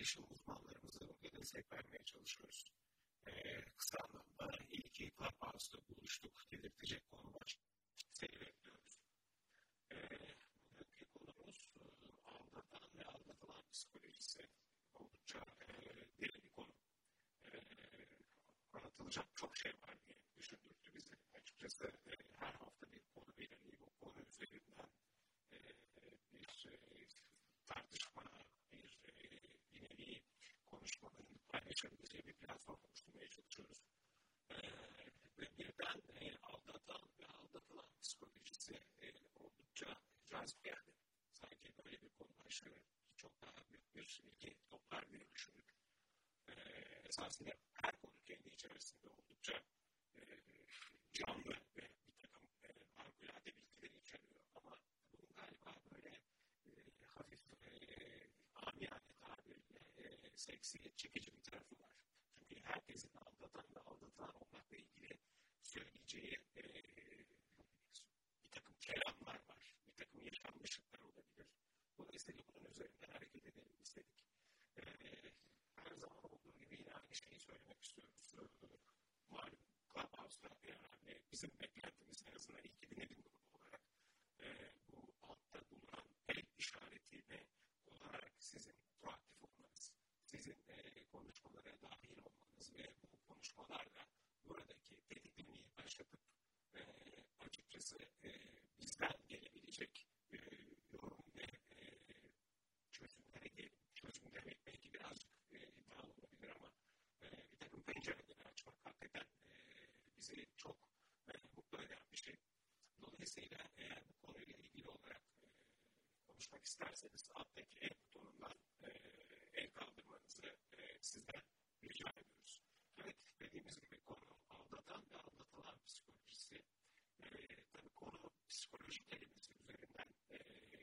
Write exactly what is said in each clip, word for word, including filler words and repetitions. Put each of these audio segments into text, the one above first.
gelişim uzmanlarımıza bugün destek vermeye çalışıyoruz. Ee, kısa anlamda iyi ki Clubhouse'da buluştuk. Delirtecek konu var. Seni bekliyoruz. Ee, bugünkü konumuz e, aldatan ve aldatılan psikolojisi. Oldukça e, derin bir konu. E, anlatılacak çok şey var diye düşündürdü bizi. Açıkçası e, her hafta bir konu belirleyip o konu üzerinden e, bir e, tartışma, bir, e, bir nevi konuşmanın paylaşabileceği bir platform oluşturmaya çalışıyoruz. E, ve birden e, aldatan ve aldatılan psikolojisi e, oldukça cazip geldi. Sanki böyle bir konu başlığı çok daha büyük bir ilgi toplar diye düşündük. E, esasında her konu kendi içerisinde oldukça e, canlı ve bir takım e, harikulade bilgileri içeriyor. Ama bunun galiba böyle e, hafif e, amiyane tabirle e, seksi, çekici bir tarafı var. Çünkü herkesin aldatan ve aldatılan olmakla ilgili söyleyeceği e, bir takım kelamlar var. Bir takım yaşanmışlıklar olabilir. Dolayısıyla bunun üzerinden hareket edelim istedik. E, her zaman olduğu gibi yine aynı şeyi söylemek istiyoruz. Malum Clubhouse'da yani bizim beklentimiz en azından ilk dinledim grubu olarak e, bu altta bulunan el işaretiyle kullanarak sizin proaktif olmanız, sizin e, konuşmalara dahil olmanız ve bu konuşmalarla buradaki tetiklemeyi başlatıp e, açıkçası e, bizden gelebilecek e, yorum ve e, çözümlere gelip, çözümlemek belki birazcık e, iddialı olabilir ama e, bir takım pencereleri açmak hakikaten e, bizi çok e, mutlu eden bir şey. Dolayısıyla eğer bu konuyla ilgili olarak e, konuşmak isterseniz alttaki el butonundan e, el kaldırmanızı e, sizden rica ediyoruz. Evet, dediğimiz gibi konu aldatan ve aldatılan psikolojisi. E, tabii konu psikoloji kelimesi üzerinden e,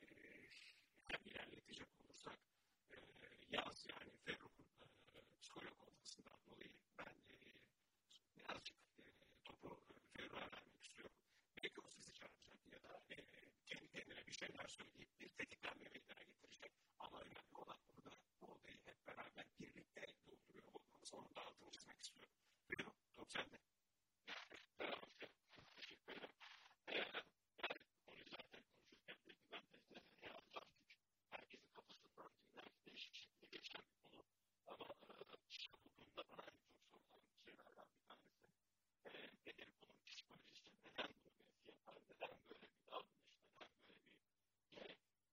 hem ilerletecek olursak e, yaz yani Ferruh'un e, psikolog olmasından dolayı ben e, birazcık e, topu Ferruh'a vermek istiyorum. Belki o sizi çağıracak ya da e, kendi kendine bir şeyler söyleyip bir tetiklenme meydana getirecek. Ama önemli olan burada bu olayı hep beraber birlikte dolduruyor olmamız. Onun da altını çizmek istiyorum. Ferruh, top sende. Selam, teşekkür ederim. Eee, yani konuyu zaten konuşurken belki ben de e, yazdım. Herkesin kafasında belki değişik şekilde geçen bir konu. Ama e, işte bu konuda bana en çok sorulan şeylerden bir tanesi. E, nedir bunun psikolojisi? Neden bunu birisi yapar? Neden böyle bir davranış? Neden böyle bir şey?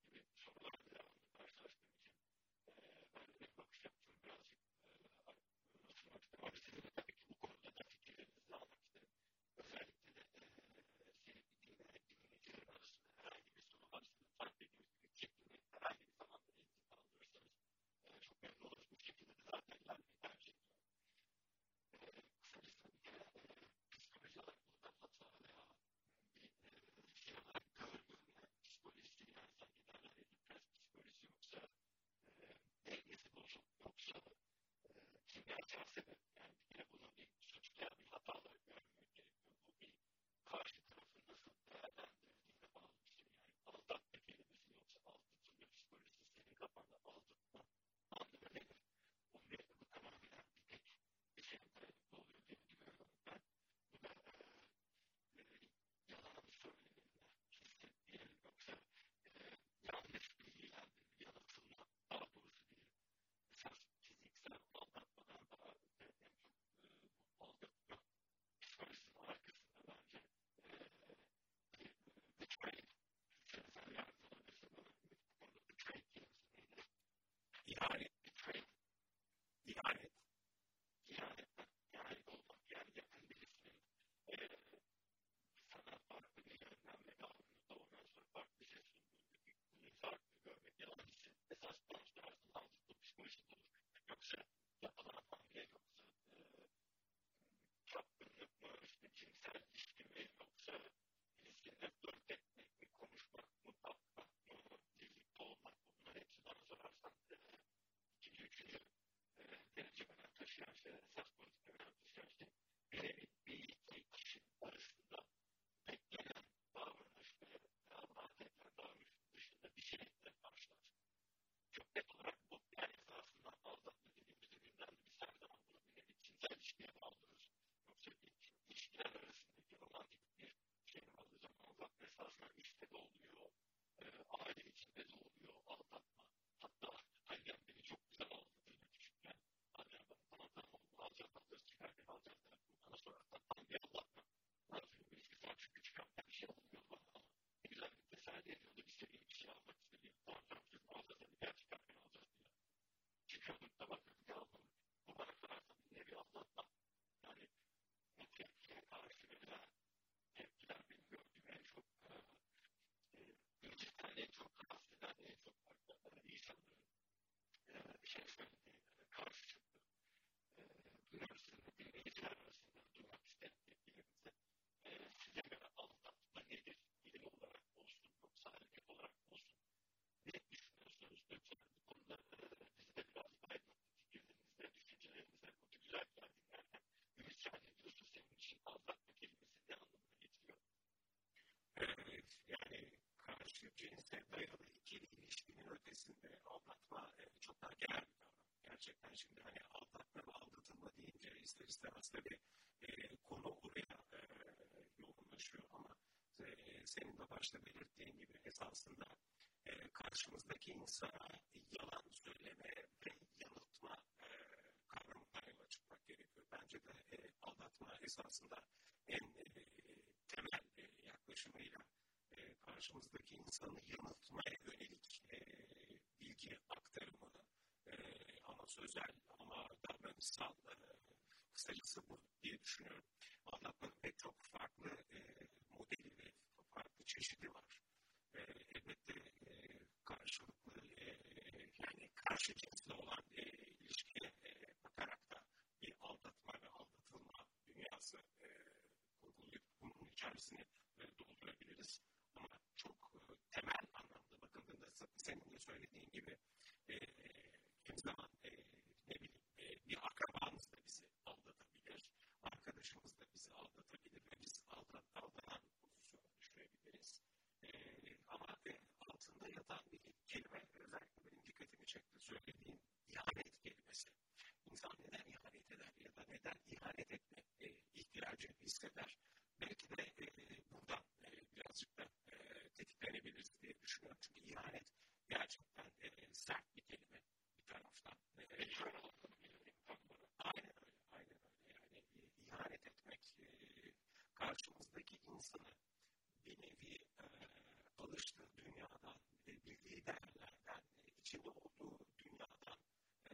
gerçekten şimdi hani aldatma ve aldatılma deyince ister istemez tabii e, konu oraya e, yoğunlaşıyor ama e, senin de başta belirttiğin gibi esasında e, karşımızdaki insana yalan söyleme ve yanıltma e, kavramından yola çıkmak gerekiyor. Bence de e, aldatma esasında en e, temel e, yaklaşımıyla e, karşımızdaki insanı yanıltmaya yönelik e, bilgi aktarımı e, ama sözel ama davranışsal e, kısacası bu diye düşünüyorum. Aldatmanın pek çok farklı e, modeli ve farklı çeşidi var. E, elbette e, karşılıklı e, yani karşı cinsle olan e, ilişkiye e, bakarak da bir aldatma ve aldatılma dünyası e, kurgulayıp bunun içerisine e, doldurabiliriz. Ama çok e, temel anlamda bakıldığında senin de söylediğin gibi e, kimi zaman e, ne bileyim e, bir akrabanız da bizi aldatabilir, arkadaşımız da bizi aldatabilir ve biz aldat, aldanan pozisyona düşebiliriz. E, ama e, altında yatan bir kelime özellikle benim dikkatimi çekti söylediğin ihanet kelimesi. İnsan neden ihanet eder ya da neden ihanet etme e, ihtiyacı hisseder? Belki de e, buradan e, birazcık da e, tetiklenebiliriz diye düşünüyorum. Çünkü ihanet gerçekten e, sert bir kelime bir taraftan. E, şöyle anlatabilirim tam bunu. Aynen öyle, aynen öyle. Yani e, ihanet etmek e, karşımızdaki insanı bir nevi e, alıştığı dünyadan, e, bildiği değerlerden, e, içinde olduğu dünyadan e,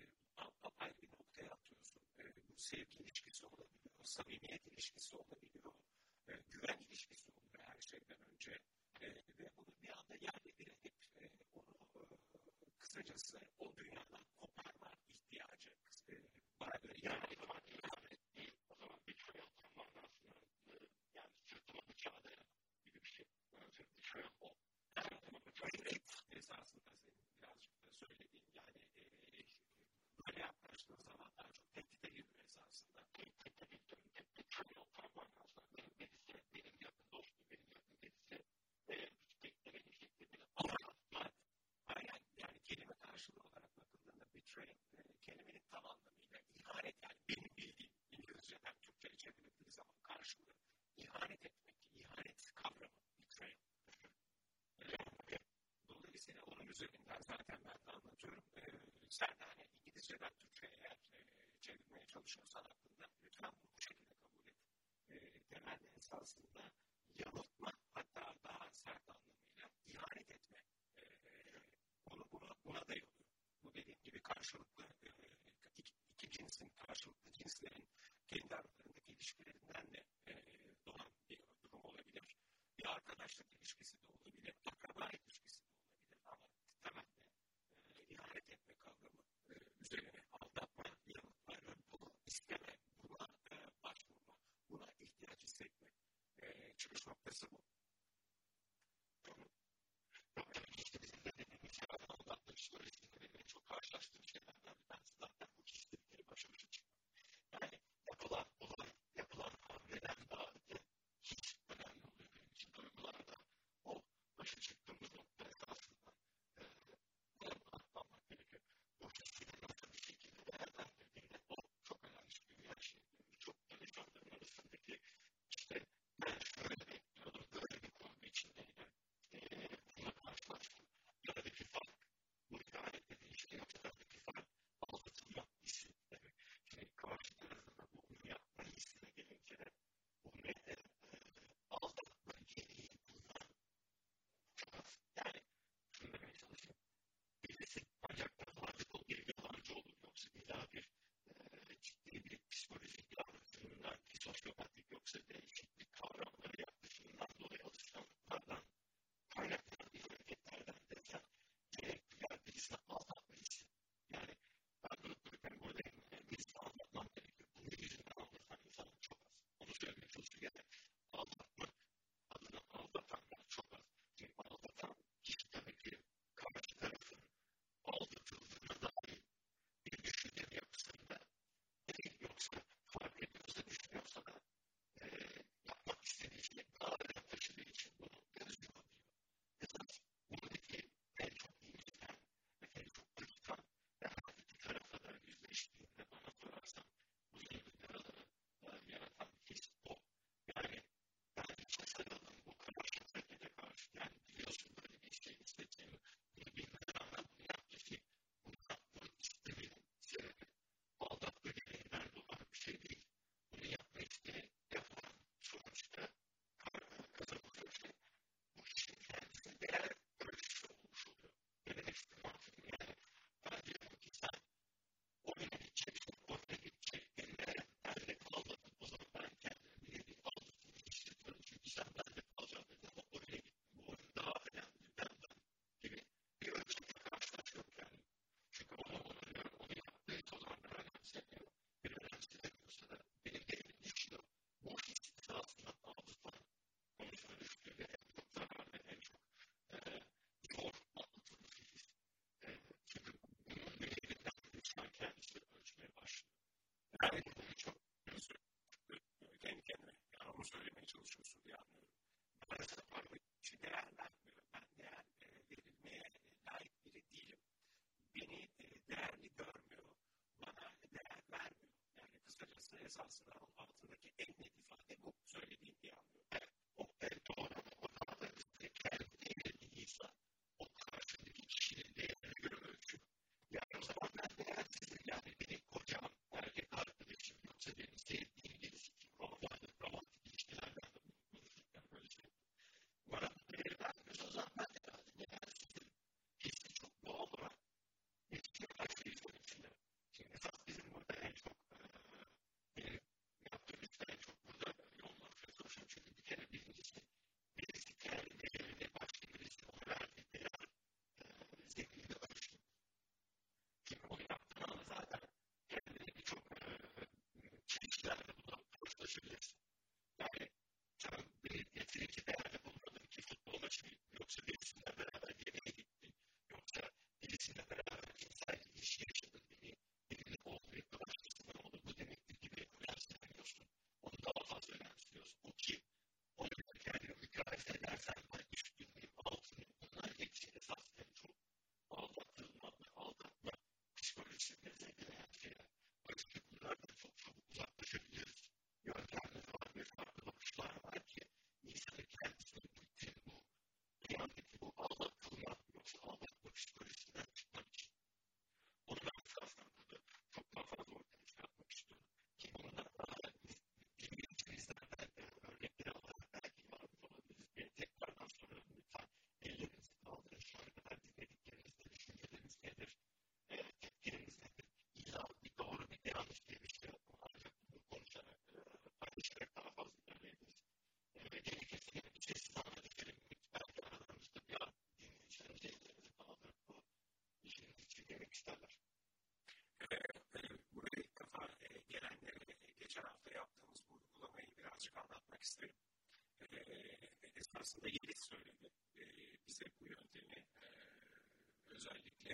apayrı bir noktaya atıyorsun. E, bu sevgi ilişkisi olabiliyor, samimiyet ilişkisi olabiliyor, e, güven ilişkisi oluyor her şeyden önce. E, ve bunu bir anda yerle bir edip e, onu e, kısacası o dünyadan koparma ihtiyacı e, bana göre yani var. İhanet değil. O zaman bir şey yapmam lazım. E, yani sırtıma bıçağı dayan gibi bir şey. Sırtı şöyle o. Sırtıma bıçağı dayan. Esasında senin birazcık da söylediğin yani e, böyle yaklaştığın zaman daha çok tehdide giriyor esasında. Tehdide giriyor. Tehdide çok yok. Parmağın hastalığı. Birisi benim yakın dostum, benim yakın birisi e, tehdide benim şekilde bir aldatma. Aynen yani kelime karşılığı olarak bakıldığında betrayal e, kelimenin tam anlamıyla ihanet yani benim bildiğim İngilizceden Türkçe'ye çevirdiği zaman karşılığı ihanet etmek, ihanet kavramı betrayal. E, dolayısıyla onun üzerinden zaten ben de anlatıyorum. E, sen de hani İngilizceden Türkçe'ye eğer e, çevirmeye çalışıyorsan aklında lütfen bunu bu şekilde kabul et. E, temelde esasında yanıltma hatta daha sert anlamıyla ihanet etme. E, bunu buna, buna dayanıyor. Bu dediğim gibi karşılıklı e, iki, iki cinsin, karşılıklı cinslerin kendi aralarındaki ilişkilerinden de e, doğan bir durum olabilir. Bir arkadaşlık ilişkisi de olabilir, akraba ilişkisi de olabilir ama temelde e, ihanet etme kavramı e, üzerine aldatma, yanıltma, bunu isteme, buna e, başvurma, buna ihtiyaç hissetme. E, çıkış noktası bu. İşte bizim de dediğimiz şeylerden aldatma psikolojisiyle çok karşılaştığım şeylerden bir tanesi zaten bu hissettikleri başarılı çıkmak. Yani yapılan olay, yapılan hamleler dağıtı hiç önemli oluyor benim için duygularda. O başa çıktığımız nokta esasında e, bunu atlamak gerekiyor. Bu hissini nasıl bir şekilde değerlendirdiğinde o çok önemli çıkıyor. Yani şey, çok böyle insanların arasındaki işte ben şöyle bekliyordum, böyle çalışıyorsun diye anlıyorum. Maalesef bana hiç değer vermiyor. Ben değer e, verilmeye layık biri değilim. Beni e, değerli görmüyor. Bana değer vermiyor. Yani kısacası esasında altındaki en net ifade bu. Söylediğim diye anlıyorum. Evet, o en doğru. O da da kendini veriliyse o karşıdaki kişinin değerini göre ölçüyor. Yani o zaman ben değersizim. Yani benim kocam, erkek arkadaşım yoksa benim sevdiğim birisi kim? Romantik, romantik ilişkilerden de konuşurken böyle şey. Bana bu değeri vermiyorsa o zaman ben herhalde değersizim. Hissi çok doğal olarak yetişiyor her şeyi sonuçunda. Şimdi esas bizim burada en çok benim yaptığımız en çok burada yoğunlaşmaya çalışıyorum. Çünkü bir kere birincisi birisi kendi değerini başka birisi ona verdiği değer zevkini ölçtüm. Çünkü onu yaptığın anda zaten kendini birçok çelişkilerle bulup karşılaşabilirsin. Yani sen bir yeterince değerli bulmadın ki futbol maçı yoksa birisiyle beraber yemeğe gittin. Yoksa birisiyle beraber cinsel ilişki yaşadın beni. Birinin olmayı başkasının oldu bu demektir gibi önemsemiyorsun. Onu daha fazla önemsiyorsun. O kim? Onu kendini mükayese edersen ben düştüğüm altını bunlar hepsi esas en çok aldatılma ve aldatma psikolojisinde zengin şeyler. Oysa bunlardan çok çabuk uzaklaşabiliriz. Yöntemler var ve farklı bakışlar var ki insanın kendisini bütün bu dünyadaki bu aldatılma yoksa aldatma psikolojisinden çıkmak için. Onu ben esasında burada çok daha fazla ortaya çıkartmak istiyorum. Ki bundan daha dinleyicilerimizden örnekleri olarak belki yardımcı olabiliriz. Beni tekrardan soruyorum lütfen. Ellerinizi kaldırın. Şu ana kadar dinlediklerinizde düşünceleriniz nedir? E, tepkileriniz nedir? İlla bir doğru bir yanlış diye bir şey yok. Ancak bunu konuşarak, e, paylaşarak daha fazla ilerleyebiliriz. E, ve gerekirse yine bir sessiz anla düşelim. Belki aralarımızda bir an dinleyicilerimiz ellerinizi kaldırıp bu işiniz için demek isterler. E, e, buraya ilk defa e, gelenlere e, geçen hafta yaptığımız bu uygulamayı birazcık anlatmak isterim. E, esasında Yeliz söyledi. E, bize bu yöntemi e, özellikle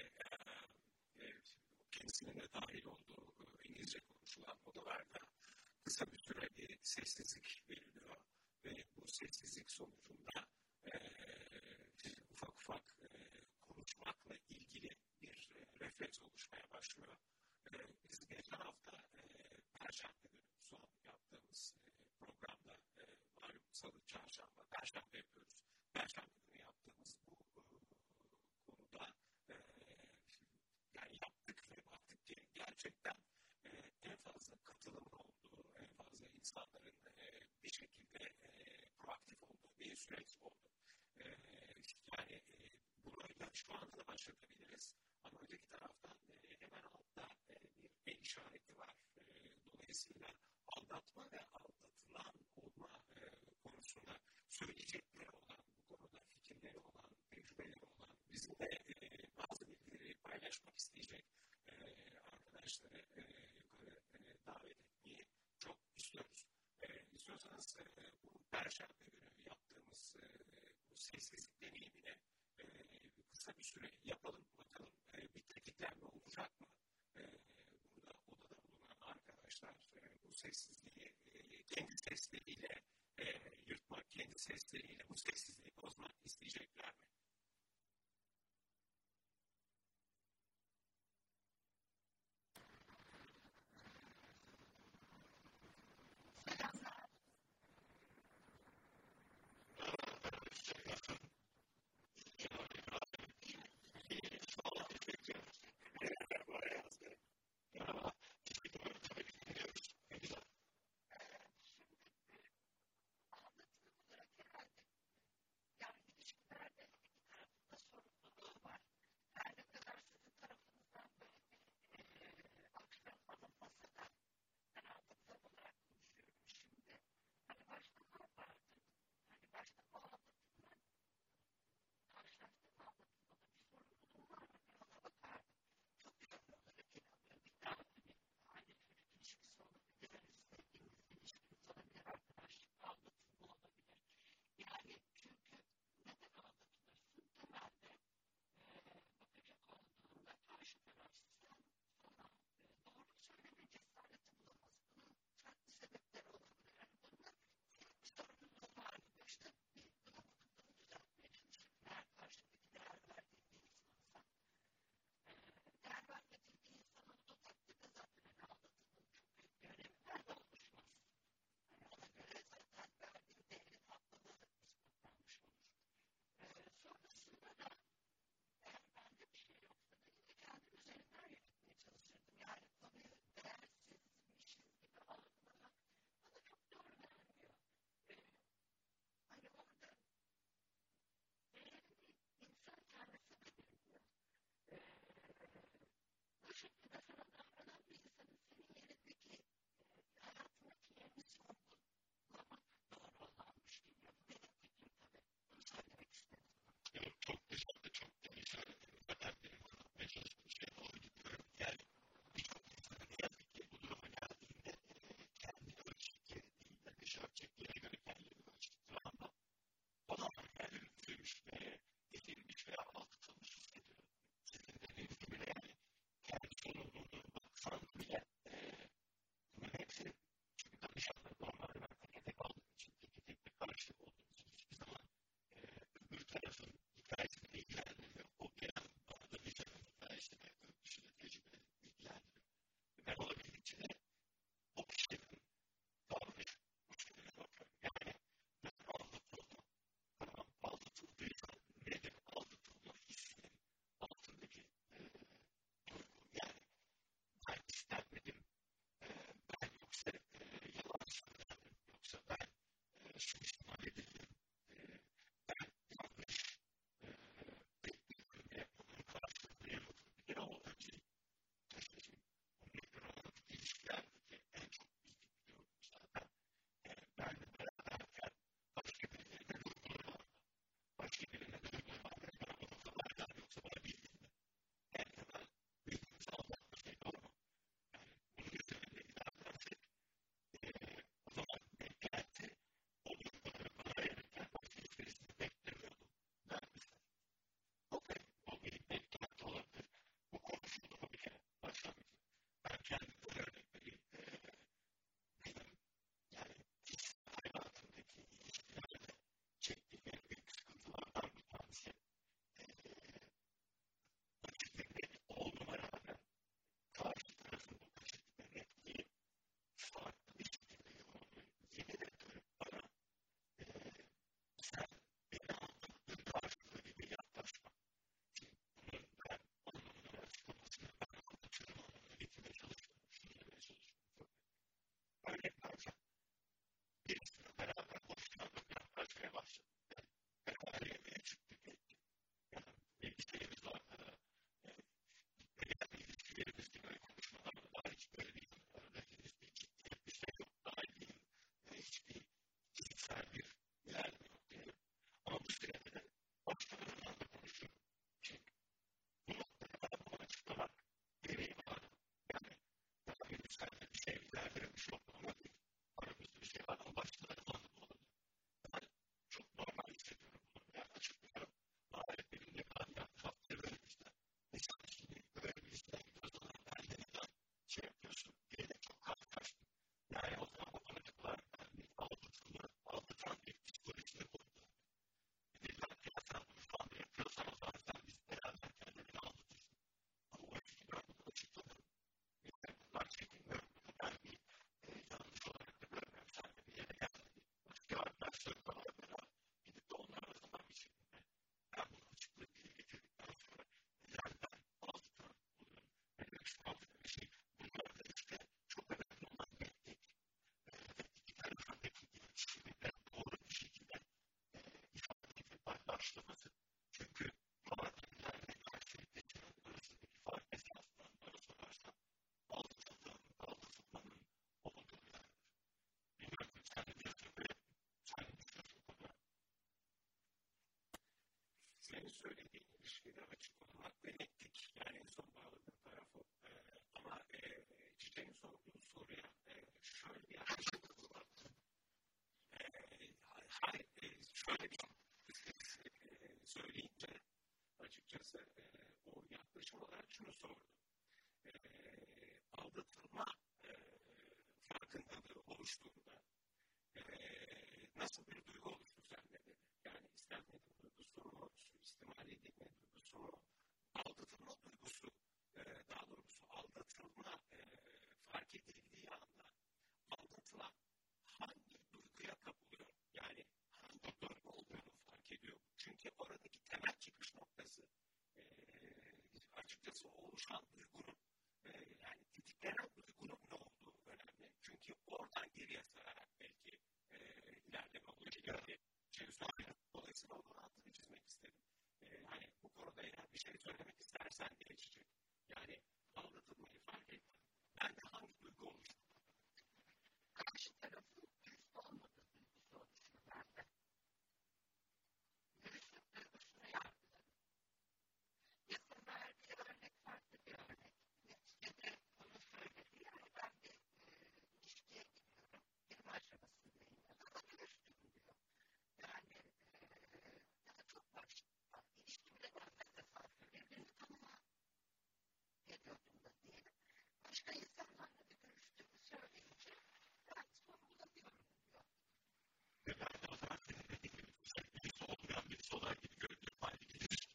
e, kendisinin de dahil olduğu e, İngilizce konuşulan odalarda kısa bir süre bir sessizlik veriliyor ve bu sessizlik sonucunda e, ufak ufak e, konuşmakla ilgili bir e, refleks oluşmaya başlıyor. E, biz geçen hafta e, Perşembe günü son yaptığımız e, programda e, malum salı, çarşamba, Perşembe yapıyoruz. Perşembe günü yaptığımız bu e, konuda e, yani yaptık ve baktık ki gerçekten e, en fazla katılımın olduğu, en fazla insanların e, bir şekilde e, proaktif olduğu bir süreç oldu. E, yani e, bunu ya şu anda da başlatabiliriz ama öteki taraftan e, hemen altta e, bir el işareti var. E, dolayısıyla aldatma ve aldatılan olma e, konusunda söyleyecekleri olan, bu konuda fikirleri olan, tecrübeleri olan, bizimle e, bazı bilgileri paylaşmak isteyecek e, arkadaşları e, yukarı e, davet etmeyi çok istiyoruz. E, istiyorsanız e, bu Perşembe günü yaptığımız e, bu sessizlik deneyimine e, kısa bir süre yapalım bakalım e, bir tetiklenme olacak mı? E, burada odada bulunan arkadaşlar e, bu sessizliği e, kendi sesleriyle e, yırtmak, kendi sesleriyle bu sessizliği bozmak isteyecekler mi? senin söylediğin ilişkide açık olmak ve netlik. Yani en son bağladığın tarafı. E, ama e, Çiçek'in sorduğu soruya e, şöyle bir yaklaşım var. E, hayır, e, şöyle bir e, söyleyince açıkçası e, o yaklaşım olarak şunu sordu. E, aldatılma e, farkındalığı oluştuğunda e, nasıl bir duygu oluştu sende dedi. Yani istenmedim duygusu mu, suistimal edilme duygusu mu, aldatılma duygusu, e, daha doğrusu aldatılma e, fark edildiği anda aldatılan hangi duyguya kapılıyor? Yani hangi duygu olduğunu fark ediyor. Çünkü oradaki temel çıkış noktası e, açıkçası oluşan duygunun e, yani tetiklenen duygunun ne olduğu önemli. Çünkü oradan geriye sararak belki e, ilerleme olabilir diye şey söylüyorum. Dolayısıyla onun altını çizmek istedim. E, hani bu konuda eğer bir şey söylemek istersen geçecek. Yani aldatılmayı fark ettim. Ben de hangi duygu oluştu? Karşı tarafın dürüst olmadığı duygusu oluştu bende. Dürüstlük duygusunu yargıladım. Yakında bir örnek farklı bir örnek. Neticede onu söyledi yani ben bir e, ilişkiye gidiyorum. Benim aşamasındayım. Ama dürüstüm diyor. Yani e, daha çok başta ilişkimde ben defa birbirini tanıma ediyordum da diyelim. Başka insanlarla da görüştüğümü söyleyince ben sorgulamıyorum diyor. Ve ben de o zaman senin dediğin gibi güzel birisi olmayan birisi olarak gibi gördüğüm halde gidilir.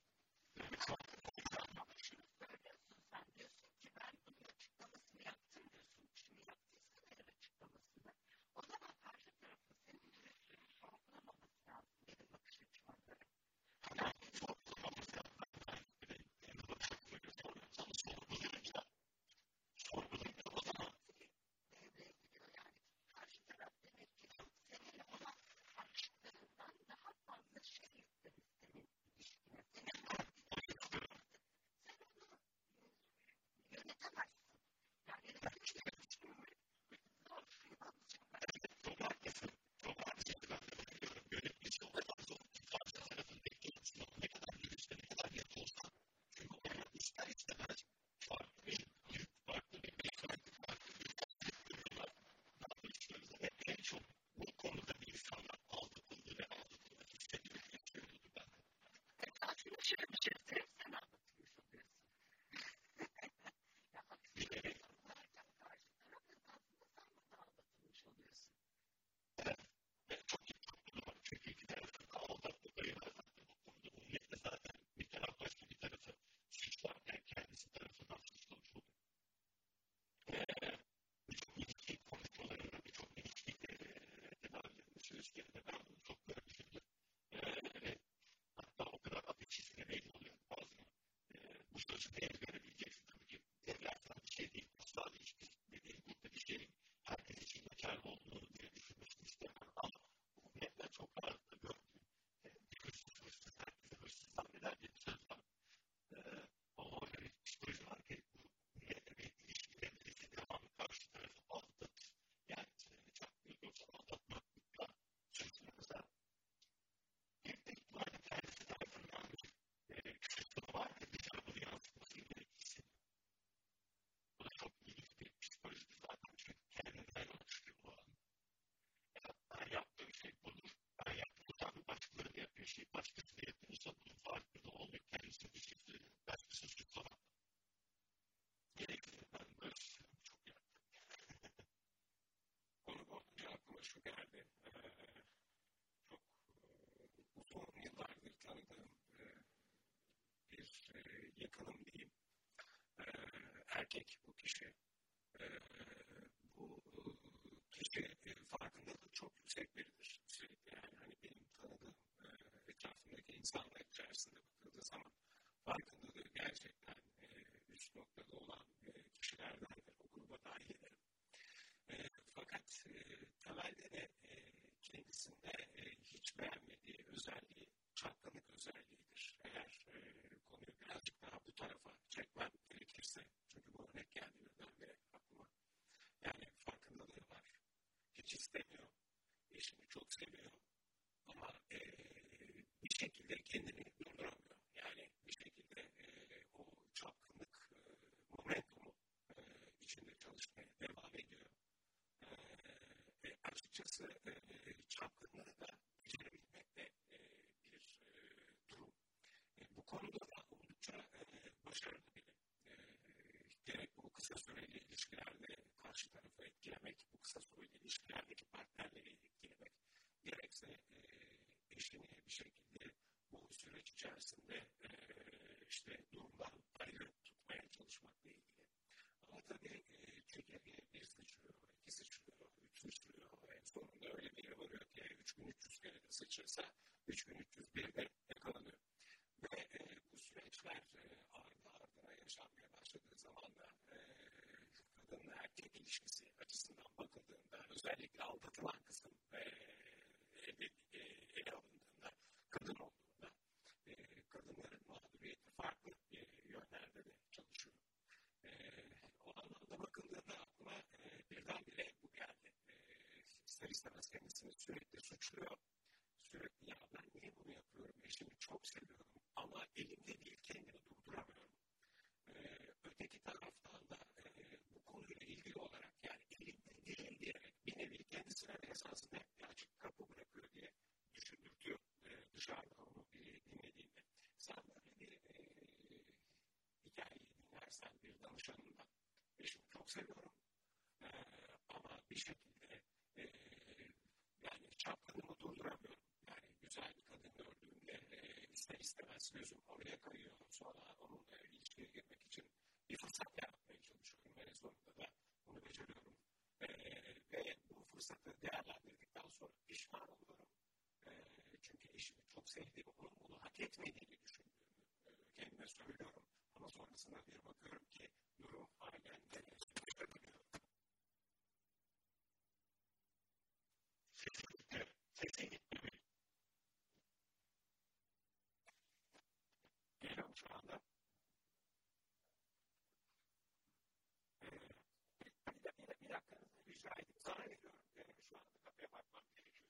Ama şunu söylüyorsun sen diyorsun ki ben bunun açıklamasını yaptım diyorsun. Şimdi yaptıysan eğer açıklamasını o zaman karşı tarafın senin dürüstlüğünü sorgulamaması lazım. Benim bakış açıma göre. Yani sorgulamaması lazım. Benim bakış açıma göre sorgulamayacağım. Sorgulayınca sorgulayınca o zaman devreye giriyor. Yani karşı taraf demek ki senin ona açıklarından daha fazla şey yüklemiş senin ilişkine. Senin verdiğin sen onu yönetemezsin. Yani yönetemezsin. Zor. Çok haklısın. Çok haklısın. Ben de bakıyorum. Yönetici o kadar zor. Karşı tarafın beklentisini ne kadar yürüyüşte ne kadar net olsa. Çünkü ona ister istemez farklı bir yük, farklı bir beklenti, farklı bir görüyorlar. Davranışlarınızda ve en çok bu konuda bir insanlar aldatıldı ve aldatıldı hissediyor diye söylüyordu ben. Aslında şöyle bir şey söyleyeyim, sen anlatılmış oluyorsun. Ya aksine de varken karşı taraf esasında sen burada aldatılmış oluyorsun. Evet. Ve çok iyi tuttular. Çünkü iki tarafın da aldattıklarıyla zaten bu konuda bu niyetle zaten bir taraf başka bir tarafı suçlarken kendisi tarafından suçlamış oluyor. Eee birçok ilişki konuşmalarında, birçok ilişki tedavilerinde, süreçlerinde ben bunu çok görmüşümdür. Ve hatta o kadar ateşisine belli oluyor bazen. Bu sözü değerlendirebileceksin tabii ki. Evlersen bir şey değil. Asla ilişki dediğim burada bir şeyin herkes için geçerli olduğunu diye düşünmesini istemem. Ama bu niyetle çok rahatlıkla gördüğüm bir hırsız hırsız herkese hırsız zanneder diye bir söz var. O öyle bir psikoloji var ki bu niyetle bir ilişkide birisi devamlı karşı tarafı aldatır. Yani seni çaktırıyorsa aldatmakla suçlanırsa bir de ihtimalle kendisi tarafından bir kısıtlı var ve bir tarafını yansıtmasını gerekirse. Bu da çok ilginç bir psikolojidir zaten çünkü kendinden yola çıkıyor bu an. Ya ben yaptığım şey budur. Ben yaptıysam başkaları da yapıyor şey. Başkası da yapıyorsa bunun farkında olmuyor. Kendisine bir şey söylüyor. Başkası suçlamak. Gerekirse ben böyle düşünüyorum. Çok yaptım. Konu boyunca aklıma şu geldi. Ee, çok e, uzun yıllardır tanıdığım e, bir e, yakınım diyeyim. E, erkek bu kişi. E, bu e, kişi e, farkındalığı çok yüksek biridir. Sürekli yani hani benim tanıdığım e, etrafımdaki insanlar içerisinde bakıldığı zaman farkındalığı gerçekten e, üst noktada olan e, kişilerdendir. O gruba dahil ederim. E, fakat e, temelde de e, kendisinde e, hiç beğenmediği özelliği çapkınlık özelliğidir. Eğer e, konuyu birazcık daha bu tarafa çekmem gerekirse, çünkü bu örnek geldi birdenbire aklıma. Yani farkındalığı var. Hiç istemiyor. Eşini çok seviyor. Ama e, bir şekilde kendini durduramıyor. eşini bir şekilde bu süreç içerisinde e, işte durumdan ayrı tutmaya çalışmakla ilgili. Ama tabii e, çekirge bir sıçrıyor, iki sıçrıyor, üç sıçrıyor. En sonunda öyle bir yere varıyor ki üç bin üç yüz kere de sıçrasa üç bin üç yüz birde yakalanıyor. Ve e, bu süreçler e, ardı ardına yaşanmaya başladığı zaman da e, kadın erkek ilişkisi açısından bakıldığında özellikle aldatılan kısım e, ele, e, ele alındığında kadın olduğunda e, kadınların mağduriyeti farklı e, yönlerde de çalışıyor. E, o anlamda bakıldığında aklıma e, birdenbire bu geldi. E, ister istemez kendisini sürekli suçluyor. Sürekli ya ben niye bunu yapıyorum? Eşimi çok seviyorum ama elimde değil kendimi durduramıyorum. Ee, öteki taraftan da e, bu konuyla ilgili olarak yani elimde değil diyerek bir nevi kendisine de esasında hep bir açık kapı bırakıyor diye düşündürtüyor e, dışarıda onu e, dinlediğinde. Sen böyle bir e, hikayeyi dinlersen bir danışanından eşimi çok seviyorum e, ama bir şekilde e, yani çapkınımı durduramıyorum. Yani güzel bir kadın gördüğümde e, ister istemez gözüm oraya kayıyor. Sonra onunla ilişkiye girmek için bir fırsat yaratmaya çalışıyorum. Ve sonunda da bunu beceriyorum. E, ve bu fırsatı değerlendirdikten sonra pişman oluyorum. E, çünkü eşimi çok sevdiğimi, onun bunu hak etmediğini düşündüğümü e, kendime söylüyorum. Ama sonrasında bir bakıyorum ki durum halen nereye sürükleniyor. Sesin gitmiyor. Geliyor mu şu anda? Ee, bir, bir, bir, bir dakikanızı rica edip sana geliyorum. Ee, şu anda kapıya bakmam gerekiyor.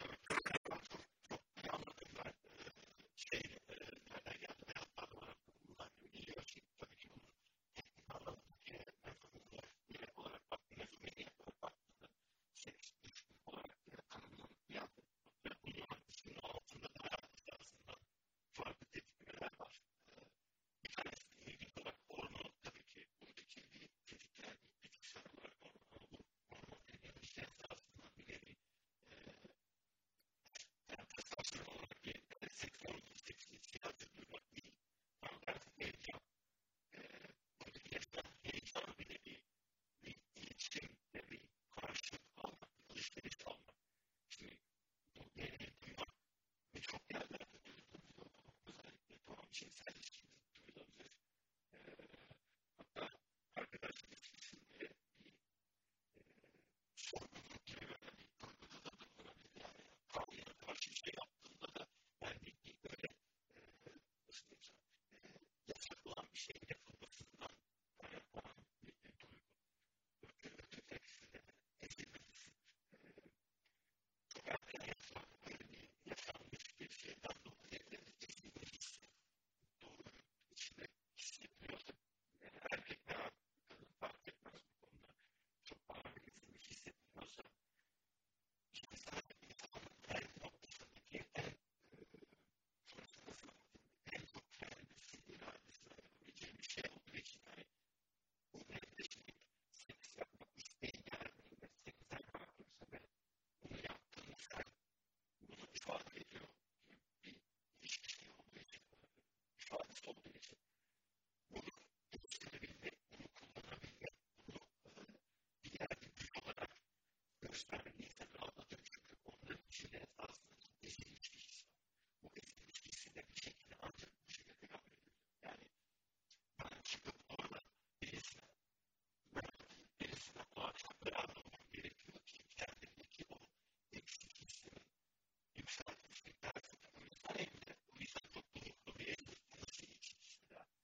İyi anladım ben. Şey, e, nereden geldi ne yapmadım bunlar biliyorsun. Tabii ki bunu anladım ki mevzumda biri olarak baktığında, mevzumda olarak baktığında şey, düşkün olarak tanımlamak bir yandan. Ve bunun arkasının altında da aslında farklı tepkimeler var. Bir tanesi ilginç olarak hormon tabii ki buradaki bir tetikler, bir tetiksel olarak hormon bu. Hormon dediğimiz şey aslında bir nevi yani testosteron olarak bir seksüel ilişkisi hazırlıyorlar değil. Tam tersi heyecan. Buradaki yaşam heyecanı bir nevi bir iletişim ve bir karşılık almak, bir alışveriş almak. İşte bu deneyim duymak ve çok yerlerde duyulabiliyor. Özellikle tamam cinsel ilişkide duyulabilir. Hatta arkadaşlık ilişkisinde bir sorumluluk gibi böyle bir kurguda da bulunabilir. Yani kavgaya karşı şey yaptığında da yani bir böyle nasıl diyeceğim yasak olan bir şeyin yapılmasından kaynaklanan bir duygu. Öte ötesi de ezilmesi. Çok erken yaşlarda böyle bir yaşanmış bir şeyden dolayı ezilmesi doğru içinde hissediyorsa erkekler kadın fark etmez bu konuda çok ağır bir ezilmiş hissetmiyorsa insan insanın her noktasındaki en sonuçta nasıl en çok kendisi iradesine yapabileceği bir şey olduğu için yani bu netleşmek seks yapmak isteği geldiğinde seksen bakıyorsa ve bunu yaptığını sen bunu ifade ediyor bir ilişki şey olduğu için ifadesi olduğu için bunu geliştirebilmek, bunu kullanabilmek, bunu bir yerde güç olarak göstermeyi tabii anlatıyor. Çünkü onların içinde esasında eşi ilişkisi var. Bu eşi ilişkisi de bir şekilde ancak bu şekilde devam ediyor. Yani ben çıkıp orada birisine, ben birisine o akşam beraber olmam gerekiyor ki kendimdeki o eksik hissimi yükseltmişlik dersi takımı sayemde bu yüzden çok bulutlu bir evlilik nasıl ilişkisi de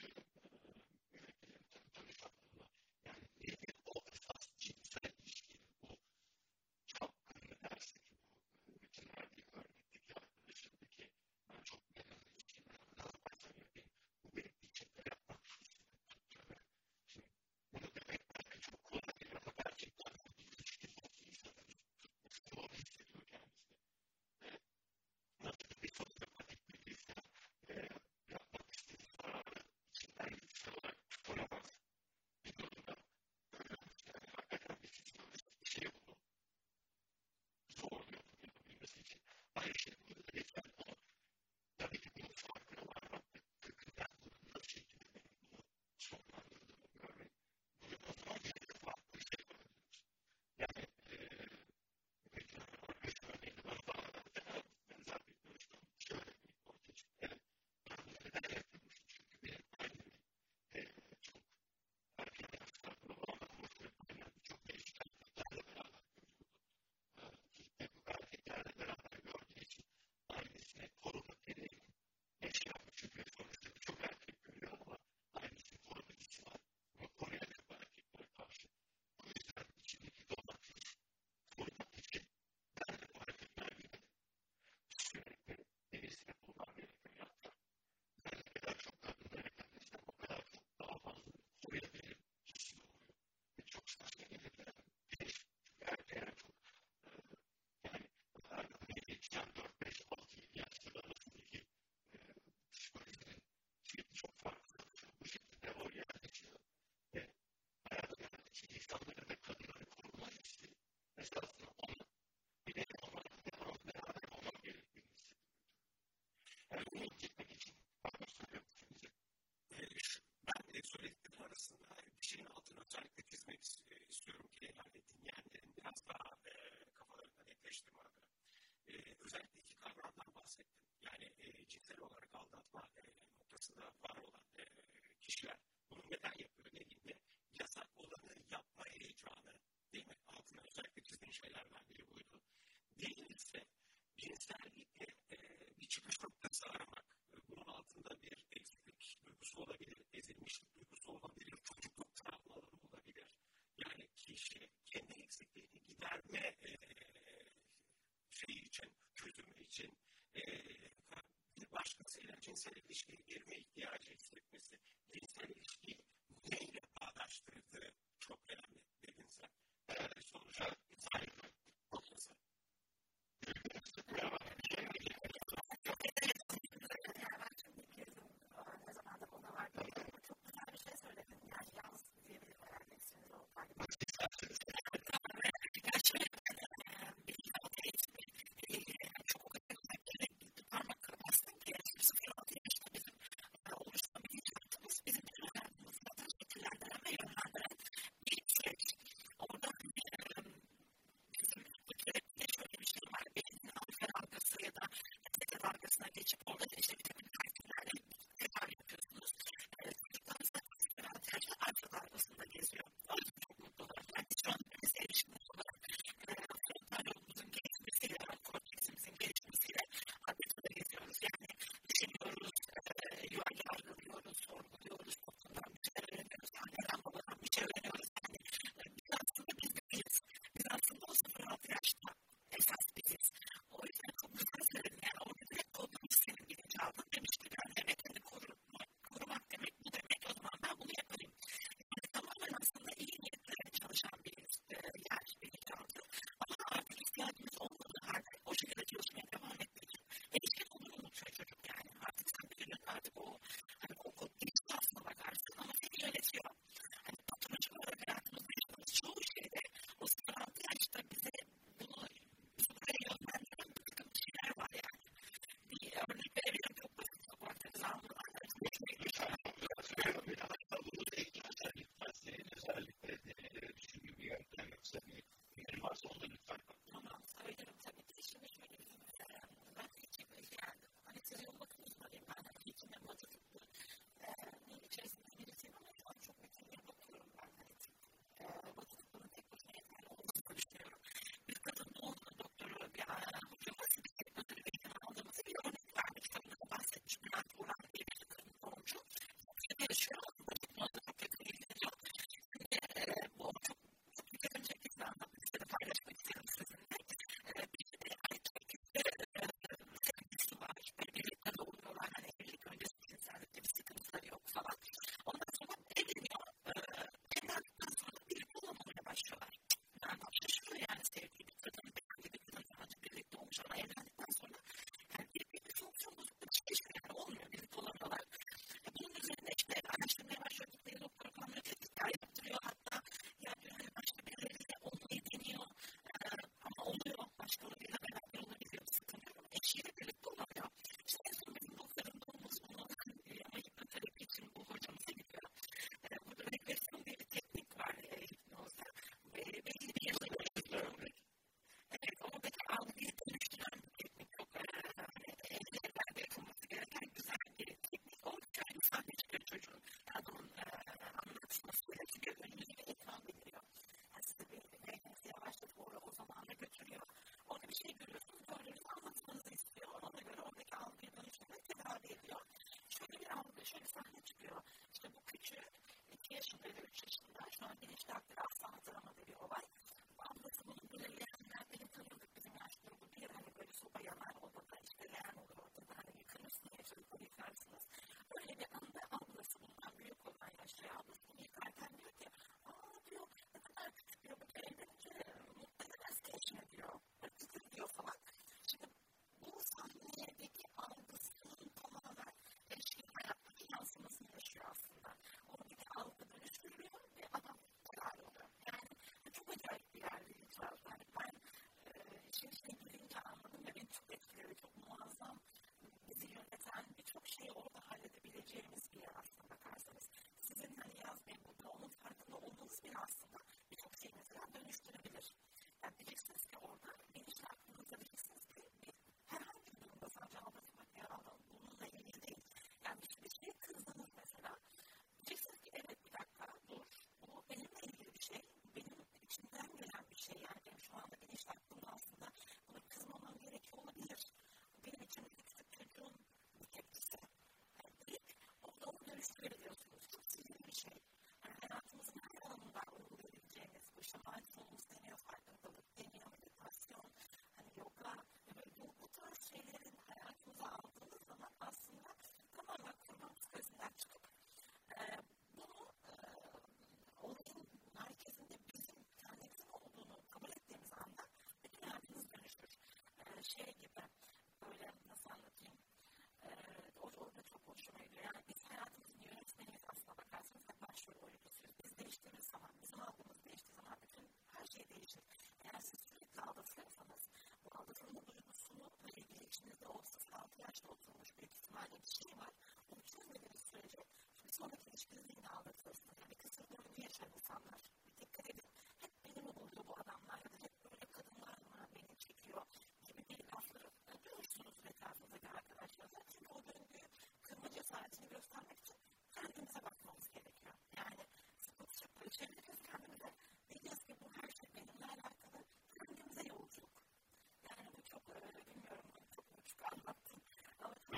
cinsel ilişkiye girme ihtiyacı hissetmesi, cinsel ilişkiyi neyle bağdaştırdığı çok önemli dedin sen. Ee, sonuçta saygı olması. Ne zaman da buna var. Çok güzel bir şey söyledin. Yani yalnız diye bir öğrenmek istiyoruz o galiba. böyle şöyle sahne çıkıyor. İşte bu küçük, iki yaşında ya da üç yaşında, şu an bilinçli aktarı asla hatırlamadığı bir olay. Ablası bunun böyle leğenler, benim tanıyorduk bizim yaş grubu bir, hani böyle soba yanar odada, işte leğen olur ortada, hani yıkanırsın, yaşadıkları yıkarsınız. Öyle bir anda ablası bundan büyük olan yaşlı ablası bunu yıkarken diyor ki, aa diyor, ne kadar küçük diyor, bu evlenince mutlu edemez ki eşini diyor, ötüdür diyor falan. Şimdi bu sahnedeki algısının tamamen eşkin hayattaki yansımasını yaşıyor aslında. Oradaki algı dönüştürülüyor ve adam karar oluyor. Yani çok acayip bir yerdi lütfen. Yani ben e, işin içine girince anladım ve beni çok etkiledi. Çok muazzam, bizi yöneten birçok şeyi orada halledebileceğimiz bir yer aslında bakarsanız. Sizin hani yazmayın burada onun farkında olmanız bile aslında birçok şeyi mesela dönüştürebilir. Yani diyeceksiniz ki orada bilinçli aklınızda diyeceksiniz ki bir herhangi bir durumda sadece aldatmak ya da bununla ilgili değil. Yani bir şey kızdınız mesela. Diyeceksiniz ki evet bir dakika dur. Bu benimle ilgili bir şey. Benim içimden gelen bir şey. Yani benim şu anda bilinçli aklımda aslında buna kızmamam gerekiyor olabilir. Benim içimdeki küçük çocuğun bir tepkisi. Yani deyip orada onu dönüştürebiliyorsunuz. Çok sihirli bir şey. Yani hayatımızın her alanında uygulayabileceğimiz bu işte mindfulness deniyor, farkındalık deniyor, meditasyon, hani yoga ve böyle bu, bu tarz şeylerin hayatımıza aldığınız zaman aslında tamamen kurban psikolojisinden çıkıp e, bunu e, olayın merkezinde bizim kendimizin olduğunu kabul ettiğimiz anda bütün hayatımız dönüşür. E, şey gibi böyle nasıl anlatayım? E, orada çok hoşuma gidiyor. Yani biz hayatımızın yönetmeniyiz aslına bakarsanız hep başrol oyuncusuyuz. Biz değiştiğimiz zaman, bizim algımız değiştiği zaman bütün her şey değişir. Eğer siz sürekli aldatılırsanız bu aldatılma duygusunu ve ilgili içinizde o sıfır altı yaşta oturmuş büyük ihtimalle bir şey var. Onu çözmediğiniz sürece bir sonraki ilişkinizde yine aldatılırsınız. Yani bir kısır döngü yaşar insanlar. Bir dikkat edin. Hep beni mi buluyor bu adamlar ya da hep böyle kadınlar mı beni çekiyor gibi bir lafları duyursunuz etrafınızdaki arkadaşlarınızla. Çünkü o döngüyü kırma cesaretini göstermek için kendimize bakmamız gerekiyor. Yani sıkıntı çok böyle çeviririz kendimize. Diyeceğiz ki bu her şey benimle alakalı. Kendimize yolculuk. Yani bu çok öyle bilmiyorum. Çok uçuk anlattım. Ama çok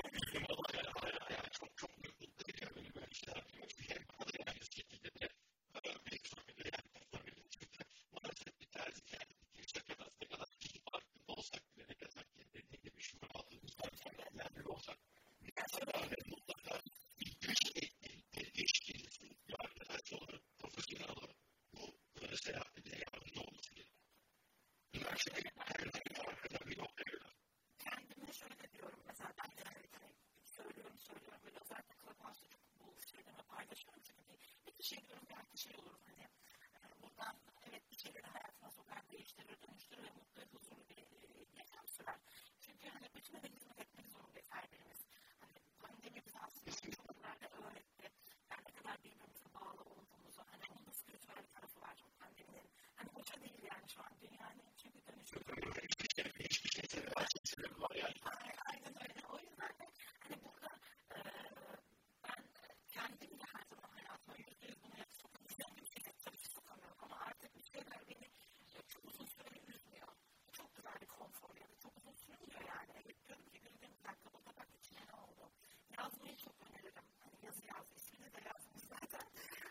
yani çok çok mutlu ediyorum böyle şeyler yapıyoruz. Hem bana yani şekilde de bir sonraki yani çünkü maalesef bir terzi kendini yüksek arası ne kadar kişi farkında olsak bile ne kadar dediği gibi şunu aldığımızdan yani olsak mutlaka ve mutlaka bir ilişkinizin bir arkadaş olarak profesyonel olarak bu böyle seyahatine yardımcı olması gerekiyor. Her şey her arkada bir noktaya kadar. kendime şöyle diyorum mesela ben de hani, hani söylüyorum söylüyorum böyle özellikle Clubhouse'da çok bu şeylerimi paylaşıyorum çünkü bir, bir kişiye diyorum belki şey olur hani e, buradan evet bir şeyleri hayatına sokar, değiştirir, dönüştürür ve mutlu ve huzurlu bir e, yaşam sürer. Çünkü hani bütün de hizmet etmek zorundayız her birimiz. Hani pandemi bize aslında çok güzel öğretti. Yani ne kadar birbirimize bağlı olduğumuzu, hani onun da spiritüel bir tarafı var çok pandeminin. Hani boşa değil yani şu an dünyanın çünkü dönüşü. Hiçbir şey sebebi var yani. Aynen öyle. O yüzden de hani burada e, ben kendimi de her zaman hayatıma yüzde yüz bunu yapıp sokabileceğim bir şey tabii ki sokamıyorum ama artık bir şeyler beni e, çok uzun süre üzmüyor. Çok güzel bir konfor ya da çok uzun sürmüyor yani. Evet diyorum ki bir gün bir dakika burada bak içine ne oldu? Yazmayı çok öneririm. Hani yazı yaz, ismini de yazmış zaten.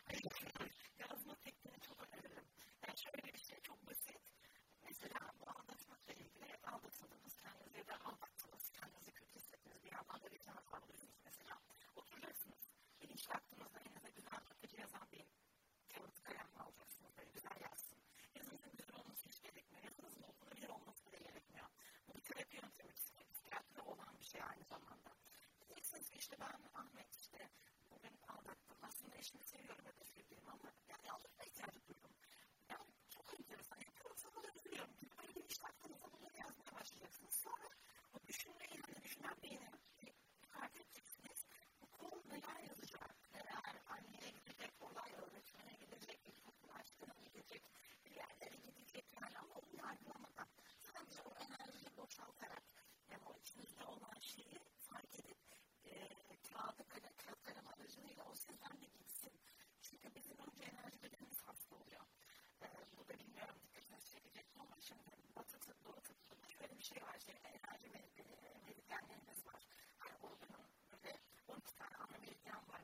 Yazma tekniğini çok öneririm. Yani şöyle bir şey çok basit. Mesela bu aldatmakla ilgili aldatıldınız kendinizi ya da aldattınız kendinizi kötü hissettiniz bir yandan da vicdan azalıyorsunuz mesela. Oturacaksınız. Bilinçli aklınızda elinize güzel akıcı yazan bir kağıt kalem alacaksınız. Böyle güzel yazsın. Yazınızın güzel olması hiç gerekmiyor. Yazınızın okunabilir olması bile gerekmiyor. Bu bir terapi yöntemi, psikiyatri olan bir şey aynı zamanda. Diyeceksiniz ki işte ben Ahmet işte bugün aldattım. Aslında eşimi seviyorum ya da sevdiğim ama yani aldatma ihtiyacı duydum. Yani çok enteresan. Yani sana üzülüyorum. Çünkü böyle bir işte aklınıza bunları yazmaya başlayacaksınız. Sonra o düşünmeyi, hani düşünen beyni fark edeceksiniz. Bu konu neler yazacak, neler anneye gidecek, olay öğretmene gidecek, ilkokul aşkına gidecek, bir yerlere gidecek. Yani ama onu yargılamadan sadece o enerjiyi boşaltarak yani o içinizde olan şeyi fark edip e, kağıdı kalem, kağıt kalem aracılığıyla o sizden de gitsin. Çünkü bizim önce enerji bedenimiz hasta oluyor. Ee, bu da bilmiyorum dikkatinizi çekecek ama şimdi Batı tıbbı, Doğu tıbbında şöyle bir şey var. Şey, enerji meridyenlerimiz var. Yani organın böyle on iki tane ana meridyen var.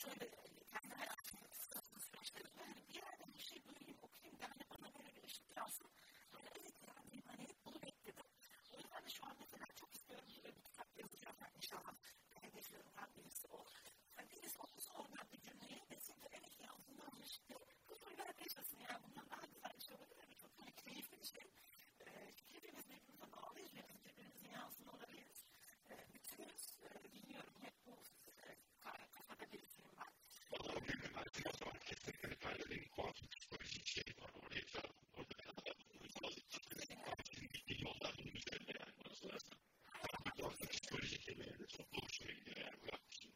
şöyle kendi hayatımda kısa süreçlerinde hani bir yerden bir şey duyayım, okuyayım da hani bana böyle bir ışık yansın. Hani evet yani hani bunu bekledim. O yüzden de şu an mesela çok istiyorum böyle bir kitap yazacağım. Yani inşallah hedeflerimden birisi o. Yani birisi okusa oradan bir cümleyi desin ki evet ya bundan işte bu sorular yaşasın yani bundan daha güzel bir şey olabilir mi? Çok böyle keyifli bir şey. Ee, hepimiz birbirimize bağlıyız ve biz birbirimizin yansın olabiliriz. Ee, bitiririz. Ee, bilmiyorum hep bu e, kafada biriktirim ben. Valla bilmiyorum ben o zaman kesinlikle bir tane benim kuantum psikolojik şey var. Oraya çağırdım. Orada bir yolların üzerinde yani bana sorarsan. Tabii kuantum psikoloji kelimeleri çok doğru söylüyor yani bu yapmışım.